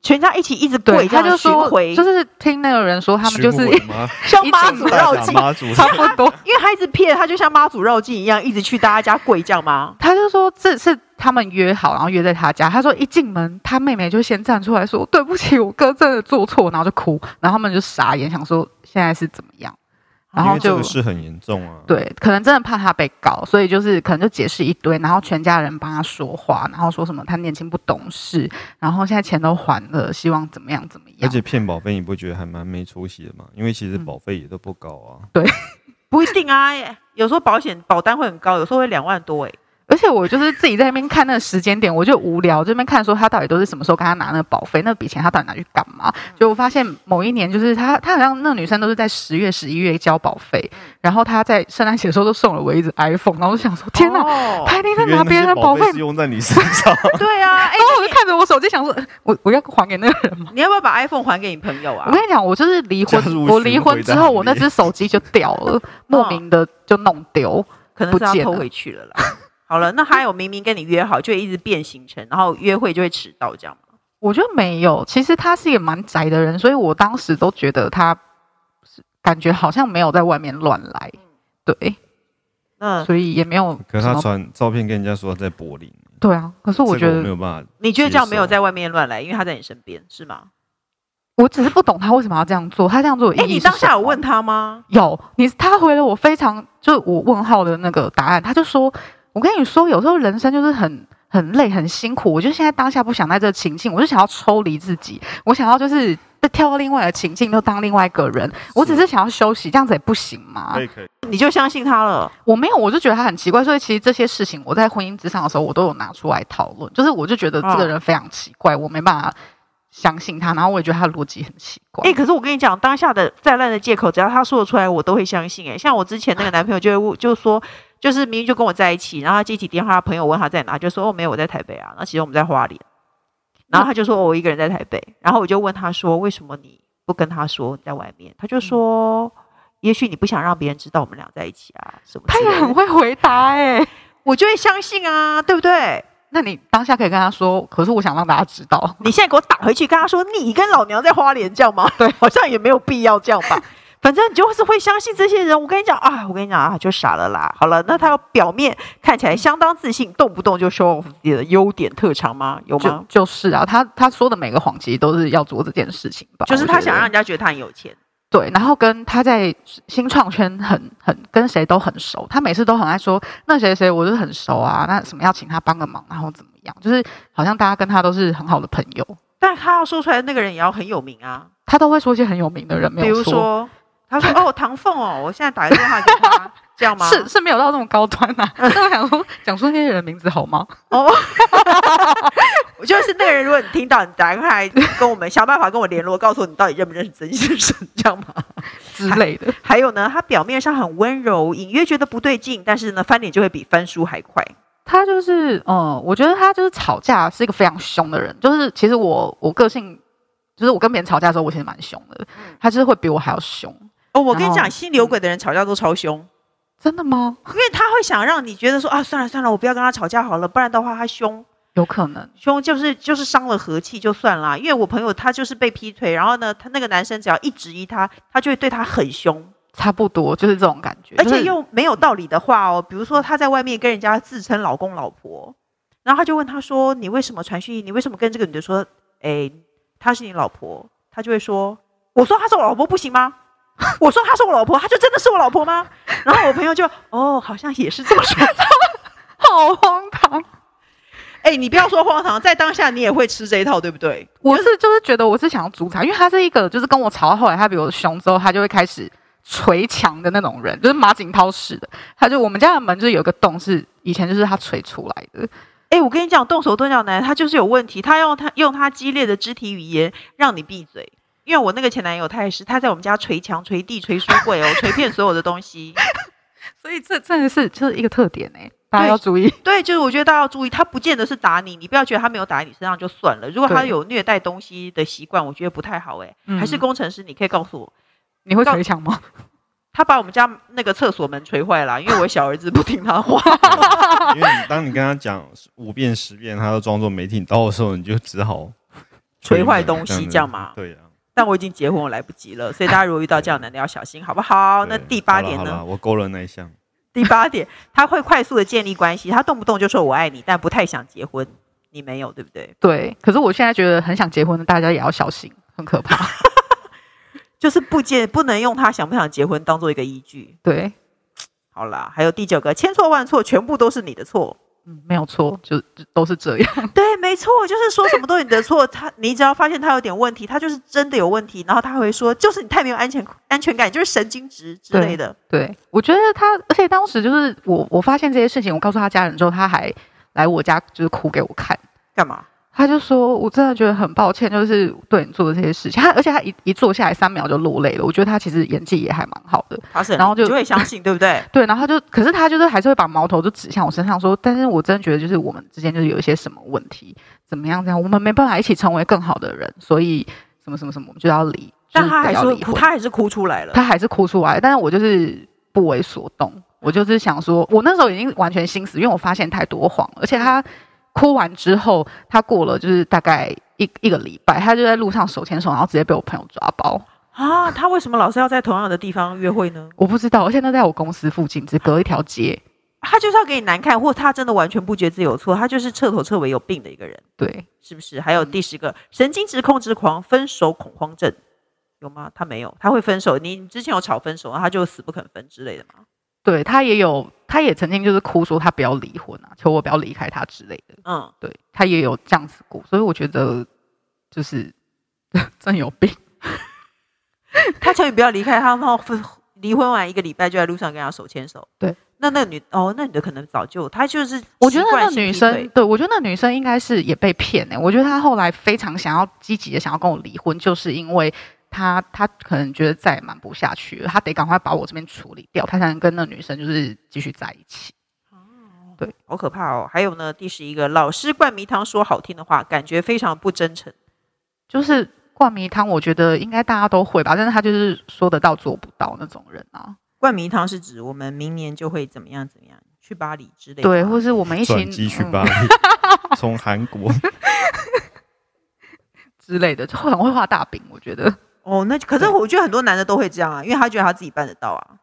A: 全家一起一直跪，
B: 他就说，
A: 回
B: 就是听那个人说，他们就是
A: 像妈祖绕境，
B: 差不多，
A: 因为他一直骗，他就像妈祖绕境一样，一直去大家家跪这样吗？
B: 他就说这是他们约好，然后约在他家。他说一进门，他妹妹就先站出来说：“对不起，我哥真的做错。”然后就哭，然后他们就傻眼，想说现在是怎么样。然后就
C: 这个事很严重啊，
B: 对，可能真的怕他被告，所以就是可能就解释一堆，然后全家人帮他说话，然后说什么他年轻不懂事，然后现在钱都还了，希望怎么样怎么样。
C: 而且骗保费，你不觉得还蛮没出息的吗？因为其实保费也都不高啊。
B: 对，
A: 不一定啊，有时候保单会很高，有时候会2万多
B: 而且我就是自己在那边看那个时间点，我就无聊，这边看说他到底都是什么时候跟他拿那个保费，那笔钱他到底拿去干嘛？就我发现某一年就是他好像那个女生都是在10月、11月交保费，然后他在圣诞节的时候都送了我一只 iPhone， 然后我就想说天哪，他一定在拿别人的保费
C: 是用在你身上。
A: 对啊，
B: 然后我就看着我手机想说，我要还给那个人吗？
A: 你要不要把 iPhone 还给你朋友啊？
B: 我跟你讲，我就是离婚，我离婚之后，我那只手机就掉了，莫名的就弄丢，
A: 可能是要偷回去了啦。好了，那还有明明跟你约好，就会一直变行程，然后约会就会迟到，这样吗？
B: 我觉得没有，其实他是一个蛮宅的人，所以我当时都觉得他感觉好像没有在外面乱来，对，所以也没有。
C: 可是他传照片跟人家说他在柏林，
B: 对啊，可是我觉得
C: 没有办法。
A: 你觉得这样没有在外面乱来，因为他在你身边，是吗？
B: 我只是不懂他为什么要这样做，他这样做的意义是什么？
A: 你当下有问他吗？
B: 有，他回了我非常就是我问号的那个答案，他就说。我跟你说，有时候人生就是很累、很辛苦。我就现在当下不想在这个情境，我就想要抽离自己，我想要就是跳到另外的情境，都当另外一个人。我只是想要休息，这样子也不行吗？
C: 可以。
A: 你就相信他了？
B: 我没有，我就觉得他很奇怪。所以其实这些事情，我在婚姻职场的时候，我都有拿出来讨论。就是我就觉得这个人非常奇怪，我没办法相信他，然后我也觉得他的逻辑很奇怪。
A: 可是我跟你讲，当下的再烂的借口，只要他说得出来，我都会相信。像我之前那个男朋友就说。就是明明就跟我在一起，然后他接起电话，他朋友问他在哪，就说没有，我在台北啊。那其实我们在花莲，然后他就说我一个人在台北，然后我就问他说为什么你不跟他说你在外面？他就说也许你不想让别人知道我们俩在一起啊什么。
B: 他也很会回答
A: 我就会相信啊，对不对？
B: 那你当下可以跟他说，可是我想让大家知道。
A: 你现在给我打回去跟他说你跟老娘在花莲这样吗？对，好像也没有必要这样吧。反正你就是会相信这些人，我跟你讲啊，就傻了啦。好了，那他表面看起来相当自信，动不动就说自己的优点特长吗？有吗？
B: 就是啊，他说的每个谎其实都是要做这件事情吧。
A: 就是他想让人家觉得他很有钱。
B: 对，然后跟他在新创圈很跟谁都很熟，他每次都很爱说那谁谁我就是很熟啊，那什么要请他帮个忙，然后怎么样，就是好像大家跟他都是很好的朋友。
A: 但他要说出来的那个人也要很有名啊，
B: 他都会说一些很有名的人，没有错。
A: 比如说。他说唐凤我现在打个电话给他，这样吗？
B: 是没有到那么高端啊。但我想说，讲出那些人的名字好吗？
A: 我就是那个人，如果你听到，你打开来跟我们想办法跟我联络，告诉我你到底认不认识曾先生，这样吗？
B: 之类的。
A: 还有呢，他表面上很温柔，隐约觉得不对劲，但是呢，翻脸就会比翻书还快。
B: 他就是我觉得他就是吵架是一个非常凶的人，就是其实我个性，就是我跟别人吵架的时候，我其实蛮凶的，他就是会比我还要凶。
A: 我跟你讲，心里有鬼的人吵架都超凶。
B: 真的吗？
A: 因为他会想让你觉得说算了，我不要跟他吵架好了，不然的话他凶。
B: 有可能
A: 凶就是伤了和气就算了。因为我朋友他就是被劈腿，然后呢，他那个男生只要一质疑他，他就会对他很凶。
B: 差不多就是这种感觉，
A: 而且又没有道理的话比如说他在外面跟人家自称老公老婆，然后他就问他说：“你为什么传讯？你为什么跟这个女的说，她是你老婆？”他就会说：“我说她是我老婆不行吗？我说她是我老婆，她就真的是我老婆吗？”然后我朋友就好像也是这么说，
B: 好荒唐。
A: 你不要说荒唐，在当下你也会吃这一套，对不对？
B: 就是觉得我是想要阻止，因为他是一个就是跟我吵到后来，他比我凶之后，他就会开始捶墙的那种人，就是马景涛式的。我们家的门就是有一个洞，是以前就是他捶出来的。
A: 我跟你讲，动手动脚男他就是有问题，他用他激烈的肢体语言让你闭嘴。因为我那个前男友他也是，他在我们家捶墙、捶地、捶书柜捶遍所有的东西。
B: 所以这真的是就是一个特点大家要注意。
A: 对，就是我觉得大家要注意，他不见得是打你，你不要觉得他没有打在你身上就算了。如果他有虐待东西的习惯，我觉得不太好还是工程师，你可以告诉我，
B: 你会捶墙吗？
A: 他把我们家那个厕所门捶坏了，因为我小儿子不听他话。
C: 因为当你跟他讲5遍10遍，他都装作没听到的时候，你就只好
A: 锤坏东西这样吗？
C: 对啊。
A: 但我已经结婚，我来不及了，所以大家如果遇到这样的男的要小心，好不好？那第8点呢？
C: 我勾了那一项。
A: 第8点，他会快速的建立关系，他动不动就说我爱你，但不太想结婚。你没有，对不对？
B: 对。可是我现在觉得很想结婚的，大家也要小心，很可怕。
A: 就是不能用他想不想结婚当做一个依据。
B: 对。
A: 好啦，还有第9个，千错万错，全部都是你的错。
B: 没有错，就都是这样。
A: 对，没错，就是说什么都是你的错。你只要发现他有点问题，他就是真的有问题，然后他会说，就是你太没有安全感，就是神经质之类的。
B: 对，我觉得他，而且当时就是我发现这些事情，我告诉他家人之后，他还来我家就是哭给我看。
A: 干嘛？他
B: 就说：“我真的觉得很抱歉，就是对你做的这些事情。”而且他一坐下来3秒就落泪了。我觉得他其实演技也还蛮好的。然后就
A: 会相信，对不对？
B: 对，然后可是他就是还是会把矛头就指向我身上说：“但是我真的觉得就是我们之间就是有一些什么问题，怎么样这样，我们没办法一起成为更好的人，所以什么什么什么，我们就要离。”
A: 但他还说，他还是哭出来了。
B: 他还是哭出来，但是我就是不为所动。我就是想说，我那时候已经完全心死，因为我发现太多谎，而且他。哭完之后，他过了就是大概一个礼拜，他就在路上手牵手，然后直接被我朋友抓包
A: 啊！他为什么老是要在同样的地方约会呢？
B: 我不知道，而且那在我公司附近，只隔一条街。
A: 他就是要给你难看，或他真的完全不觉得自己有错，他就是彻头彻尾有病的一个人。
B: 对，
A: 是不是？还有第10个，神经质控制狂，分手恐慌症，有吗？他没有，他会分手。你之前有吵分手，然后他就死不肯分之类的吗？
B: 对，他也曾经就是哭说他不要离婚啊，求我不要离开他之类的。对，他也有这样子过，所以我觉得就是真有病。
A: 他求你不要离开他，然后离婚完1个礼拜就在路上跟他手牵手。
B: 对，
A: 那女的可能早就，她就是
B: 我觉得那女生，对，我觉得那女生应该是也被骗我觉得她后来非常积极的想要跟我离婚，就是因为。他可能觉得再也瞒不下去了，他得赶快把我这边处理掉，他才能跟那女生就是继续在一起。对，
A: 好可怕哦。还有呢，第11个，老师灌迷汤说好听的话，感觉非常不真诚。
B: 就是灌迷汤，我觉得应该大家都会吧，但是他就是说得到做不到那种人啊。
A: 灌迷汤是指我们明年就会怎么样去巴黎之类的，
B: 对，或是我们一起
C: 转机去巴黎，从韩国
B: 之类的，就很会画大饼，我觉得。
A: 那可是我觉得很多男的都会这样啊，因为他觉得他自己办得到啊。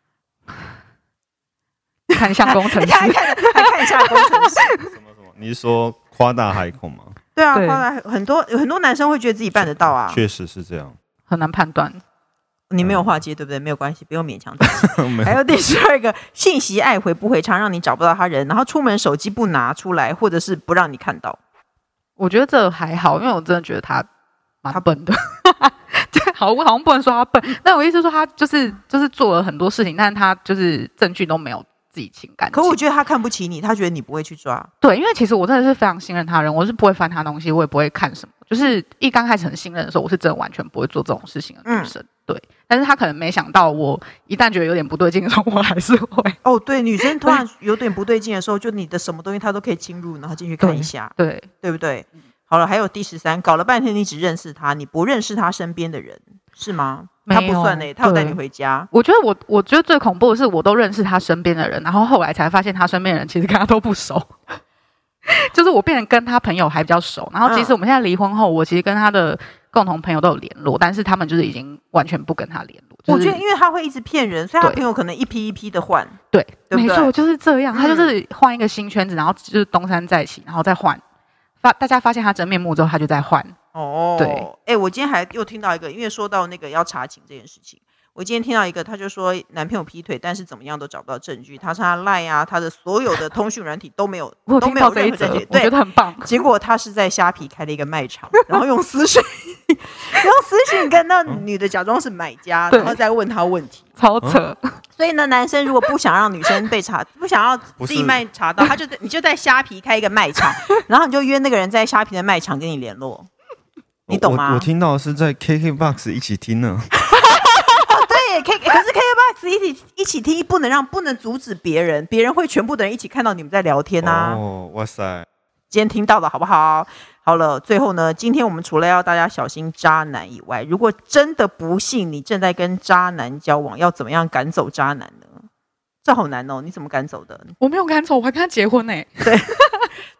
B: 看向工程师，
A: 还看一下工程师。
C: 什么？你是说夸大海口吗？
A: 对啊，夸大很多男生会觉得自己办得到啊。
C: 确实是这样，
B: 很难判断。
A: 你没有划接对不对？没有关系，不用勉强自己。还有第12个，信息爱回不回，常让你找不到他人，然后出门手机不拿出来，或者是不让你看到。
B: 我觉得这还好，因为我真的觉得他蛮笨的。我好像不能说他笨，但我意思是说他就是做了很多事情，但是他就是证据都没有自己情感。
A: 可我觉得他看不起你，他觉得你不会去抓。
B: 对，因为其实我真的是非常信任他人，我是不会翻他东西，我也不会看什么。就是一刚开始很信任的时候，我是真的完全不会做这种事情的女生。对，但是他可能没想到，我一旦觉得有点不对劲的时候，我还是会。
A: 对，女生突然有点不对劲的时候，就你的什么东西她都可以侵入，然后进去看一下，
B: 对
A: 不对？好了，还有第13，搞了半天你只认识他，你不认识他身边的人，是吗？他不算他有带你回家。
B: 我觉得最恐怖的是，我都认识他身边的人，然后后来才发现他身边的人其实跟他都不熟。就是我变成跟他朋友还比较熟，然后即使我们现在离婚后，我其实跟他的共同朋友都有联络，但是他们就是已经完全不跟他联络。
A: 我觉得因为他会一直骗人，所以他朋友可能一批一批的换。
B: 对，没错，就是这样。他就是换一个新圈子，然后就是东山再起，然后再换。大家发现他真面目之后，他就在换。对，
A: 我今天还又听到一个，因为说到那个要查寝这件事情，我今天听到一个，他就说男朋友劈腿，但是怎么样都找不到证据，他LINE啊，他的所有的通讯软体都没有任何证据，
B: 我觉得很棒。
A: 结果他是在虾皮开了一个卖场，然后用私讯跟那女的假装是买家，然后再问他问题，
B: 超扯。
A: 所以呢，男生如果不想让女生被查，不想要自己卖查到，你就在虾皮开一个卖场，然后你就约那个人在虾皮的卖场跟你联络，你懂吗？
C: 我听到的是在 KKBOX 一起听呢。
A: 对，可是 KKBOX 一起听不能阻止别人会全部的人一起看到你们在聊天啊。
C: 哇塞！
A: 今天听到的好不好？好了，最后呢，今天我们除了要大家小心渣男以外，如果真的不幸你正在跟渣男交往，要怎么样赶走渣男呢？这好难哦，你怎么赶走的？
B: 我没有赶走，我还跟他结婚呢。
A: 对，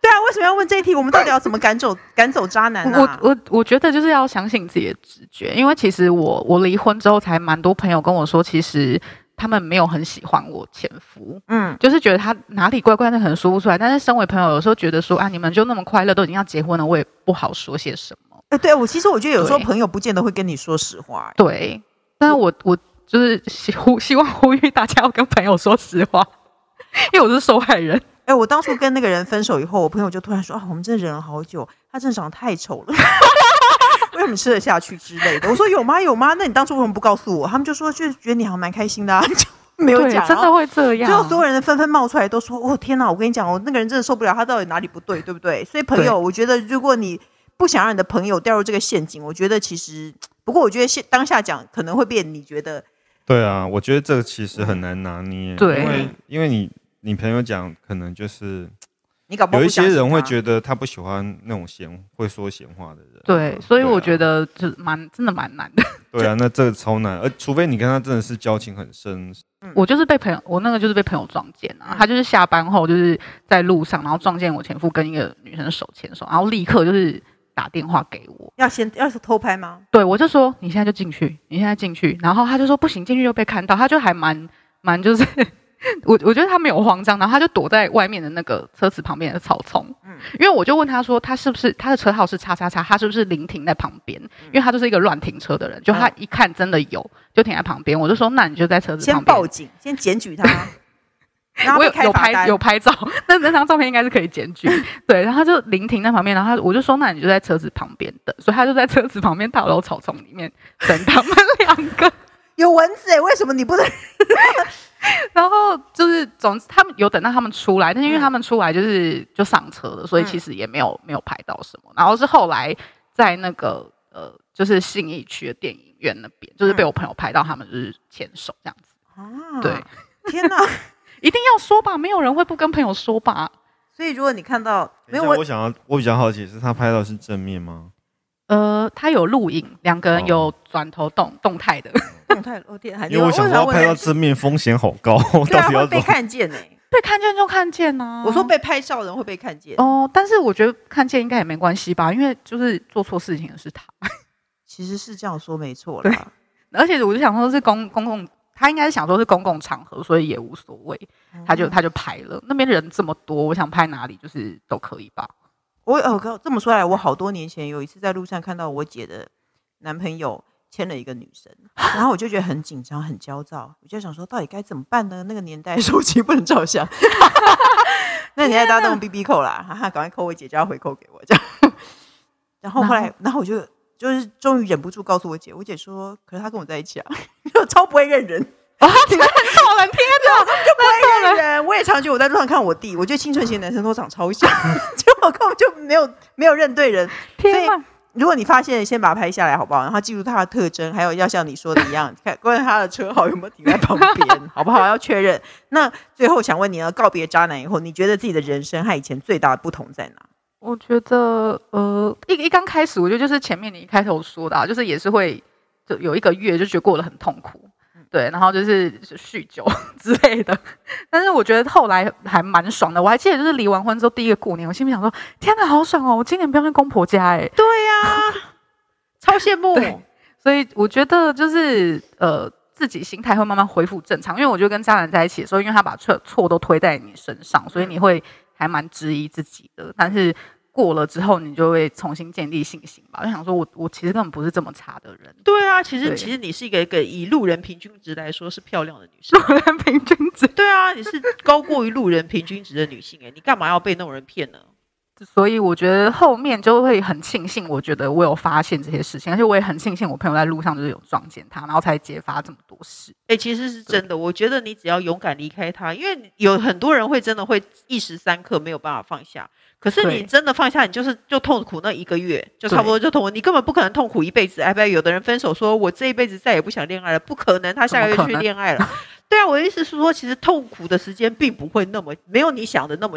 A: 对啊，为什么要问这一题？我们到底要怎么赶走渣男啊？
B: 我觉得就是要相信自己的直觉，因为其实我离婚之后，才蛮多朋友跟我说，其实他们没有很喜欢我前夫，就是觉得他哪里怪怪的，可能说不出来。但是身为朋友，有时候觉得说啊，你们就那么快乐，都已经要结婚了，我也不好说些什么。
A: 对，其实我觉得有时候朋友不见得会跟你说实话。
B: 对，但是我就是希望呼吁大家要跟朋友说实话，因为我是受害人。
A: 我当初跟那个人分手以后，我朋友就突然说啊，我们真的忍了好久，他真的长得太丑了。为什么吃得下去之类的？我说有吗？那你当初为什么不告诉我？他们就说就觉得你好像蛮开心的啊，就没有讲。
B: 真的会这样。
A: 最后所有人纷纷冒出来都说哦天哪，我跟你讲，我那个人真的受不了，他到底哪里不对，对不对？所以朋友，我觉得如果你不想让你的朋友掉入这个陷阱，我觉得其实不过我觉得当下讲可能会变，你觉得？
C: 对啊，我觉得这个其实很难拿捏。
B: 对，
C: 因为你朋友讲可能就是
A: 你搞不好
C: 有一些人会觉得他不喜欢那种会说闲话的人。
B: 对，所以我觉得就真的蛮难的。
C: 对啊，那这个超难，除非你跟他真的是交情很深。
B: 我就是被朋友，我那个就是被朋友撞见啊，他就是下班后就是在路上，然后撞见我前夫跟一个女生手牵手，然后立刻就是打电话给我，
A: 要是偷拍吗？
B: 对，我就说你现在就进去，然后他就说不行，进去就被看到，他就还蛮就是我觉得他没有慌张，然后他就躲在外面的那个车子旁边的草丛，因为我就问他说他是不是他的车号是叉叉叉，他是不是临停在旁边，因为他就是一个乱停车的人，就他一看真的有就停在旁边，我就说那你就在车子旁边，
A: 先报警，先检举他。
B: 我有拍照，那张照片应该是可以检举。对，然后他就临停在旁边，然后我就说那你就在车子旁边等，所以他就在车子旁边大楼草丛里面等他们两个。
A: 有蚊子为什么你不能？
B: 然后就是总之他们有等到他们出来，但是因为他们出来就上车了，所以其实也没有拍到什么。然后是后来在那个就是信义区的电影院那边，就是被我朋友拍到他们就是牵手这样子。对，
A: 天哪！
B: 一定要说吧，没有人会不跟朋友说吧。
A: 所以如果你看到没有，
C: 我比较好奇是他拍到是正面吗？
B: 他有录影，两个人有转头动态的。
A: 动态
C: 因为我想说拍到正面风险好高，
A: 对啊，会被看见
B: 被看见就看见啊。
A: 我说被拍照的人会被看见
B: 但是我觉得看见应该也没关系吧，因为就是做错事情的是他。
A: 其实是这样说没错啦，
B: 而且我就想说是公共。他应该是想说是公共场合，所以也无所谓，他就拍了。那边人这么多，我想拍哪里就是都可以吧。
A: 我这么说来，我好多年前有一次在路上看到我姐的男朋友牵了一个女生，然后我就觉得很紧张、很焦躁，我就想说到底该怎么办呢？那个年代手机不能照相，那年代大家都用 BB 扣啦，赶快扣我姐就要回扣给我这样。然后后来，然后我就是终于忍不住告诉我姐，我姐说：“可是他跟我在一起啊，超不会认人。”
B: 你们很错人，听
A: 到就不会认人。我也常觉得我在路上看我弟，我觉得青春期的男生都长超像，结果根本就没有认对人。
B: 天哪！
A: 如果你发现，先把它拍下来好不好？然后记住他的特征，还有要像你说的一样，看关于他的车号有没有停在旁边，好不好？要确认。那最后想问你，告别渣男以后，你觉得自己的人生和以前最大的不同在哪？
B: 我觉得一刚开始，我觉得就是前面你一开头说的就是也是会就有1个月就觉得过得很痛苦，对，然后就是酗酒之类的。但是我觉得后来还蛮爽的。我还记得就是离完婚之后第1个过年，我心里想说：天哪，好爽哦！我今年不要去公婆家对
A: 呀，超羡慕。
B: 所以我觉得就是自己心态会慢慢恢复正常，因为我觉得跟渣男在一起的时候，因为他把错都推在你身上，所以你会还蛮质疑自己的。但是过了之后，你就会重新建立信心吧。就想说我其实根本不是这么差的人。
A: 对啊，其实你是一个以路人平均值来说是漂亮的女生。
B: 路人平均值？
A: 对啊，你是高过于路人平均值的女性你干嘛要被那种人骗呢？
B: 所以我觉得后面就会很庆幸，我觉得我有发现这些事情，而且我也很庆幸我朋友在路上就是有撞见他，然后才揭发这么多事。
A: 其实是真的，我觉得你只要勇敢离开他，因为有很多人会真的会一时三刻没有办法放下，可是你真的放下，你就痛苦那1个月，就差不多就痛苦，你根本不可能痛苦一辈子。不然有的人分手说我这一辈子再也不想恋爱了，不可能，他下个月去恋爱了。对啊，我的意思是说，其实痛苦的时间并不会没有你想的那么久。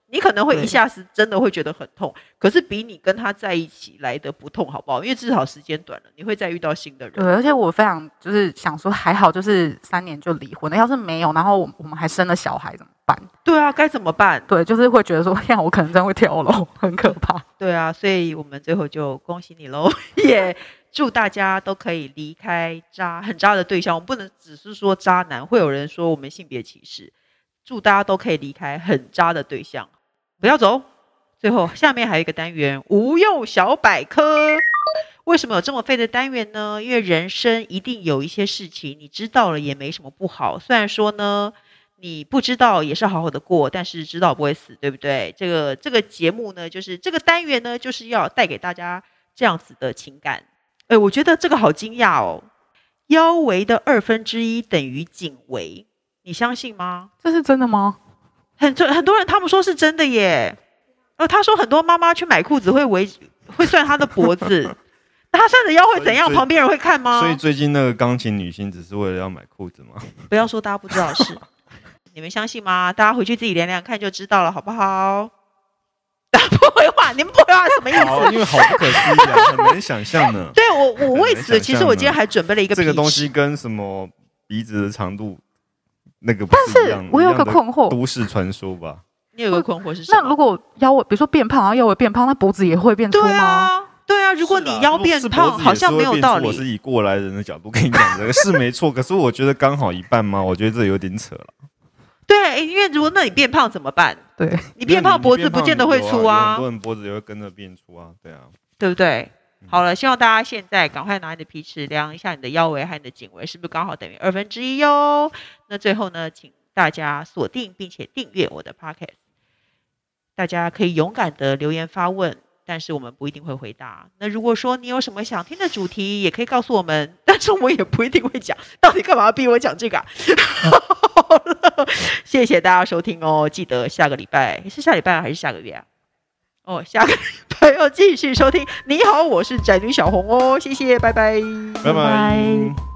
A: 你可能会一下子真的会觉得很痛，可是比你跟他在一起来的不痛，好不好？因为至少时间短了，你会再遇到新的人。
B: 对，而且我非常就是想说，还好就是3年就离婚了，要是没有，然后我们还生了小孩怎么办？
A: 对啊，该怎么办？
B: 对，就是会觉得说，呀，我可能真的会跳楼，很可怕。
A: 对啊，所以我们最后就恭喜你喽，也祝大家都可以离开很渣的对象。我们不能只是说渣男，会有人说我们性别歧视。祝大家都可以离开很渣的对象，不要走。最后，下面还有一个单元无用小百科。为什么有这么废的单元呢？因为人生一定有一些事情你知道了也没什么不好，虽然说呢你不知道也是好好的过，但是知道不会死，对不对？这个节目呢，就是这个单元呢，就是要带给大家这样子的情感。我觉得这个好惊讶哦，腰围的1/2等于颈围，你相信吗？
B: 这是真的吗？
A: 很多人他们说是真的耶。他说很多妈妈去买裤子会算她的脖子，她算的腰会怎样？旁边人会看吗？
C: 所以最近那个钢琴女星只是为了要买裤子吗？
A: 不要说大家不知道的事，你们相信吗？大家回去自己量量看就知道了，好不好？不回话，你们不回话什么意思？
C: 因为好不可思议啊，很难想象呢。
A: 对，我为此，其实我今天还准备了一个
C: 这个东西跟什么鼻子的长度那个不是一样，
B: 但是我有个困惑，
C: 都市传说吧。
A: 你有个困惑是什么？
B: 那如果腰围，比如说变胖，然后腰围变胖，那脖子也会变粗吗？
A: 对啊，如果你腰变胖，好像没有道理。
C: 我是以过来人的角度跟你讲，这个是没错。可是我觉得刚好一半吗？我觉得这有点扯了。
A: 对，因为如果那你变胖怎么办？
B: 对，
A: 你变胖脖子不见得会粗啊，
C: 很多人脖子也会跟着变粗啊，对啊，
A: 对不对？好了，希望大家现在赶快拿你的皮尺量一下你的腰围和你的颈围是不是刚好等于1/2哟？那最后呢，请大家锁定并且订阅我的 podcast。大家可以勇敢的留言发问，但是我们不一定会回答。那如果说你有什么想听的主题，也可以告诉我们，但是我也不一定会讲。到底干嘛要逼我讲这个啊？好了，谢谢大家收听哦！记得下个礼拜是下礼拜还是下个月啊？下个礼拜要继续收听。你好，我是宅女小红哦，谢谢，拜拜，
C: 拜拜。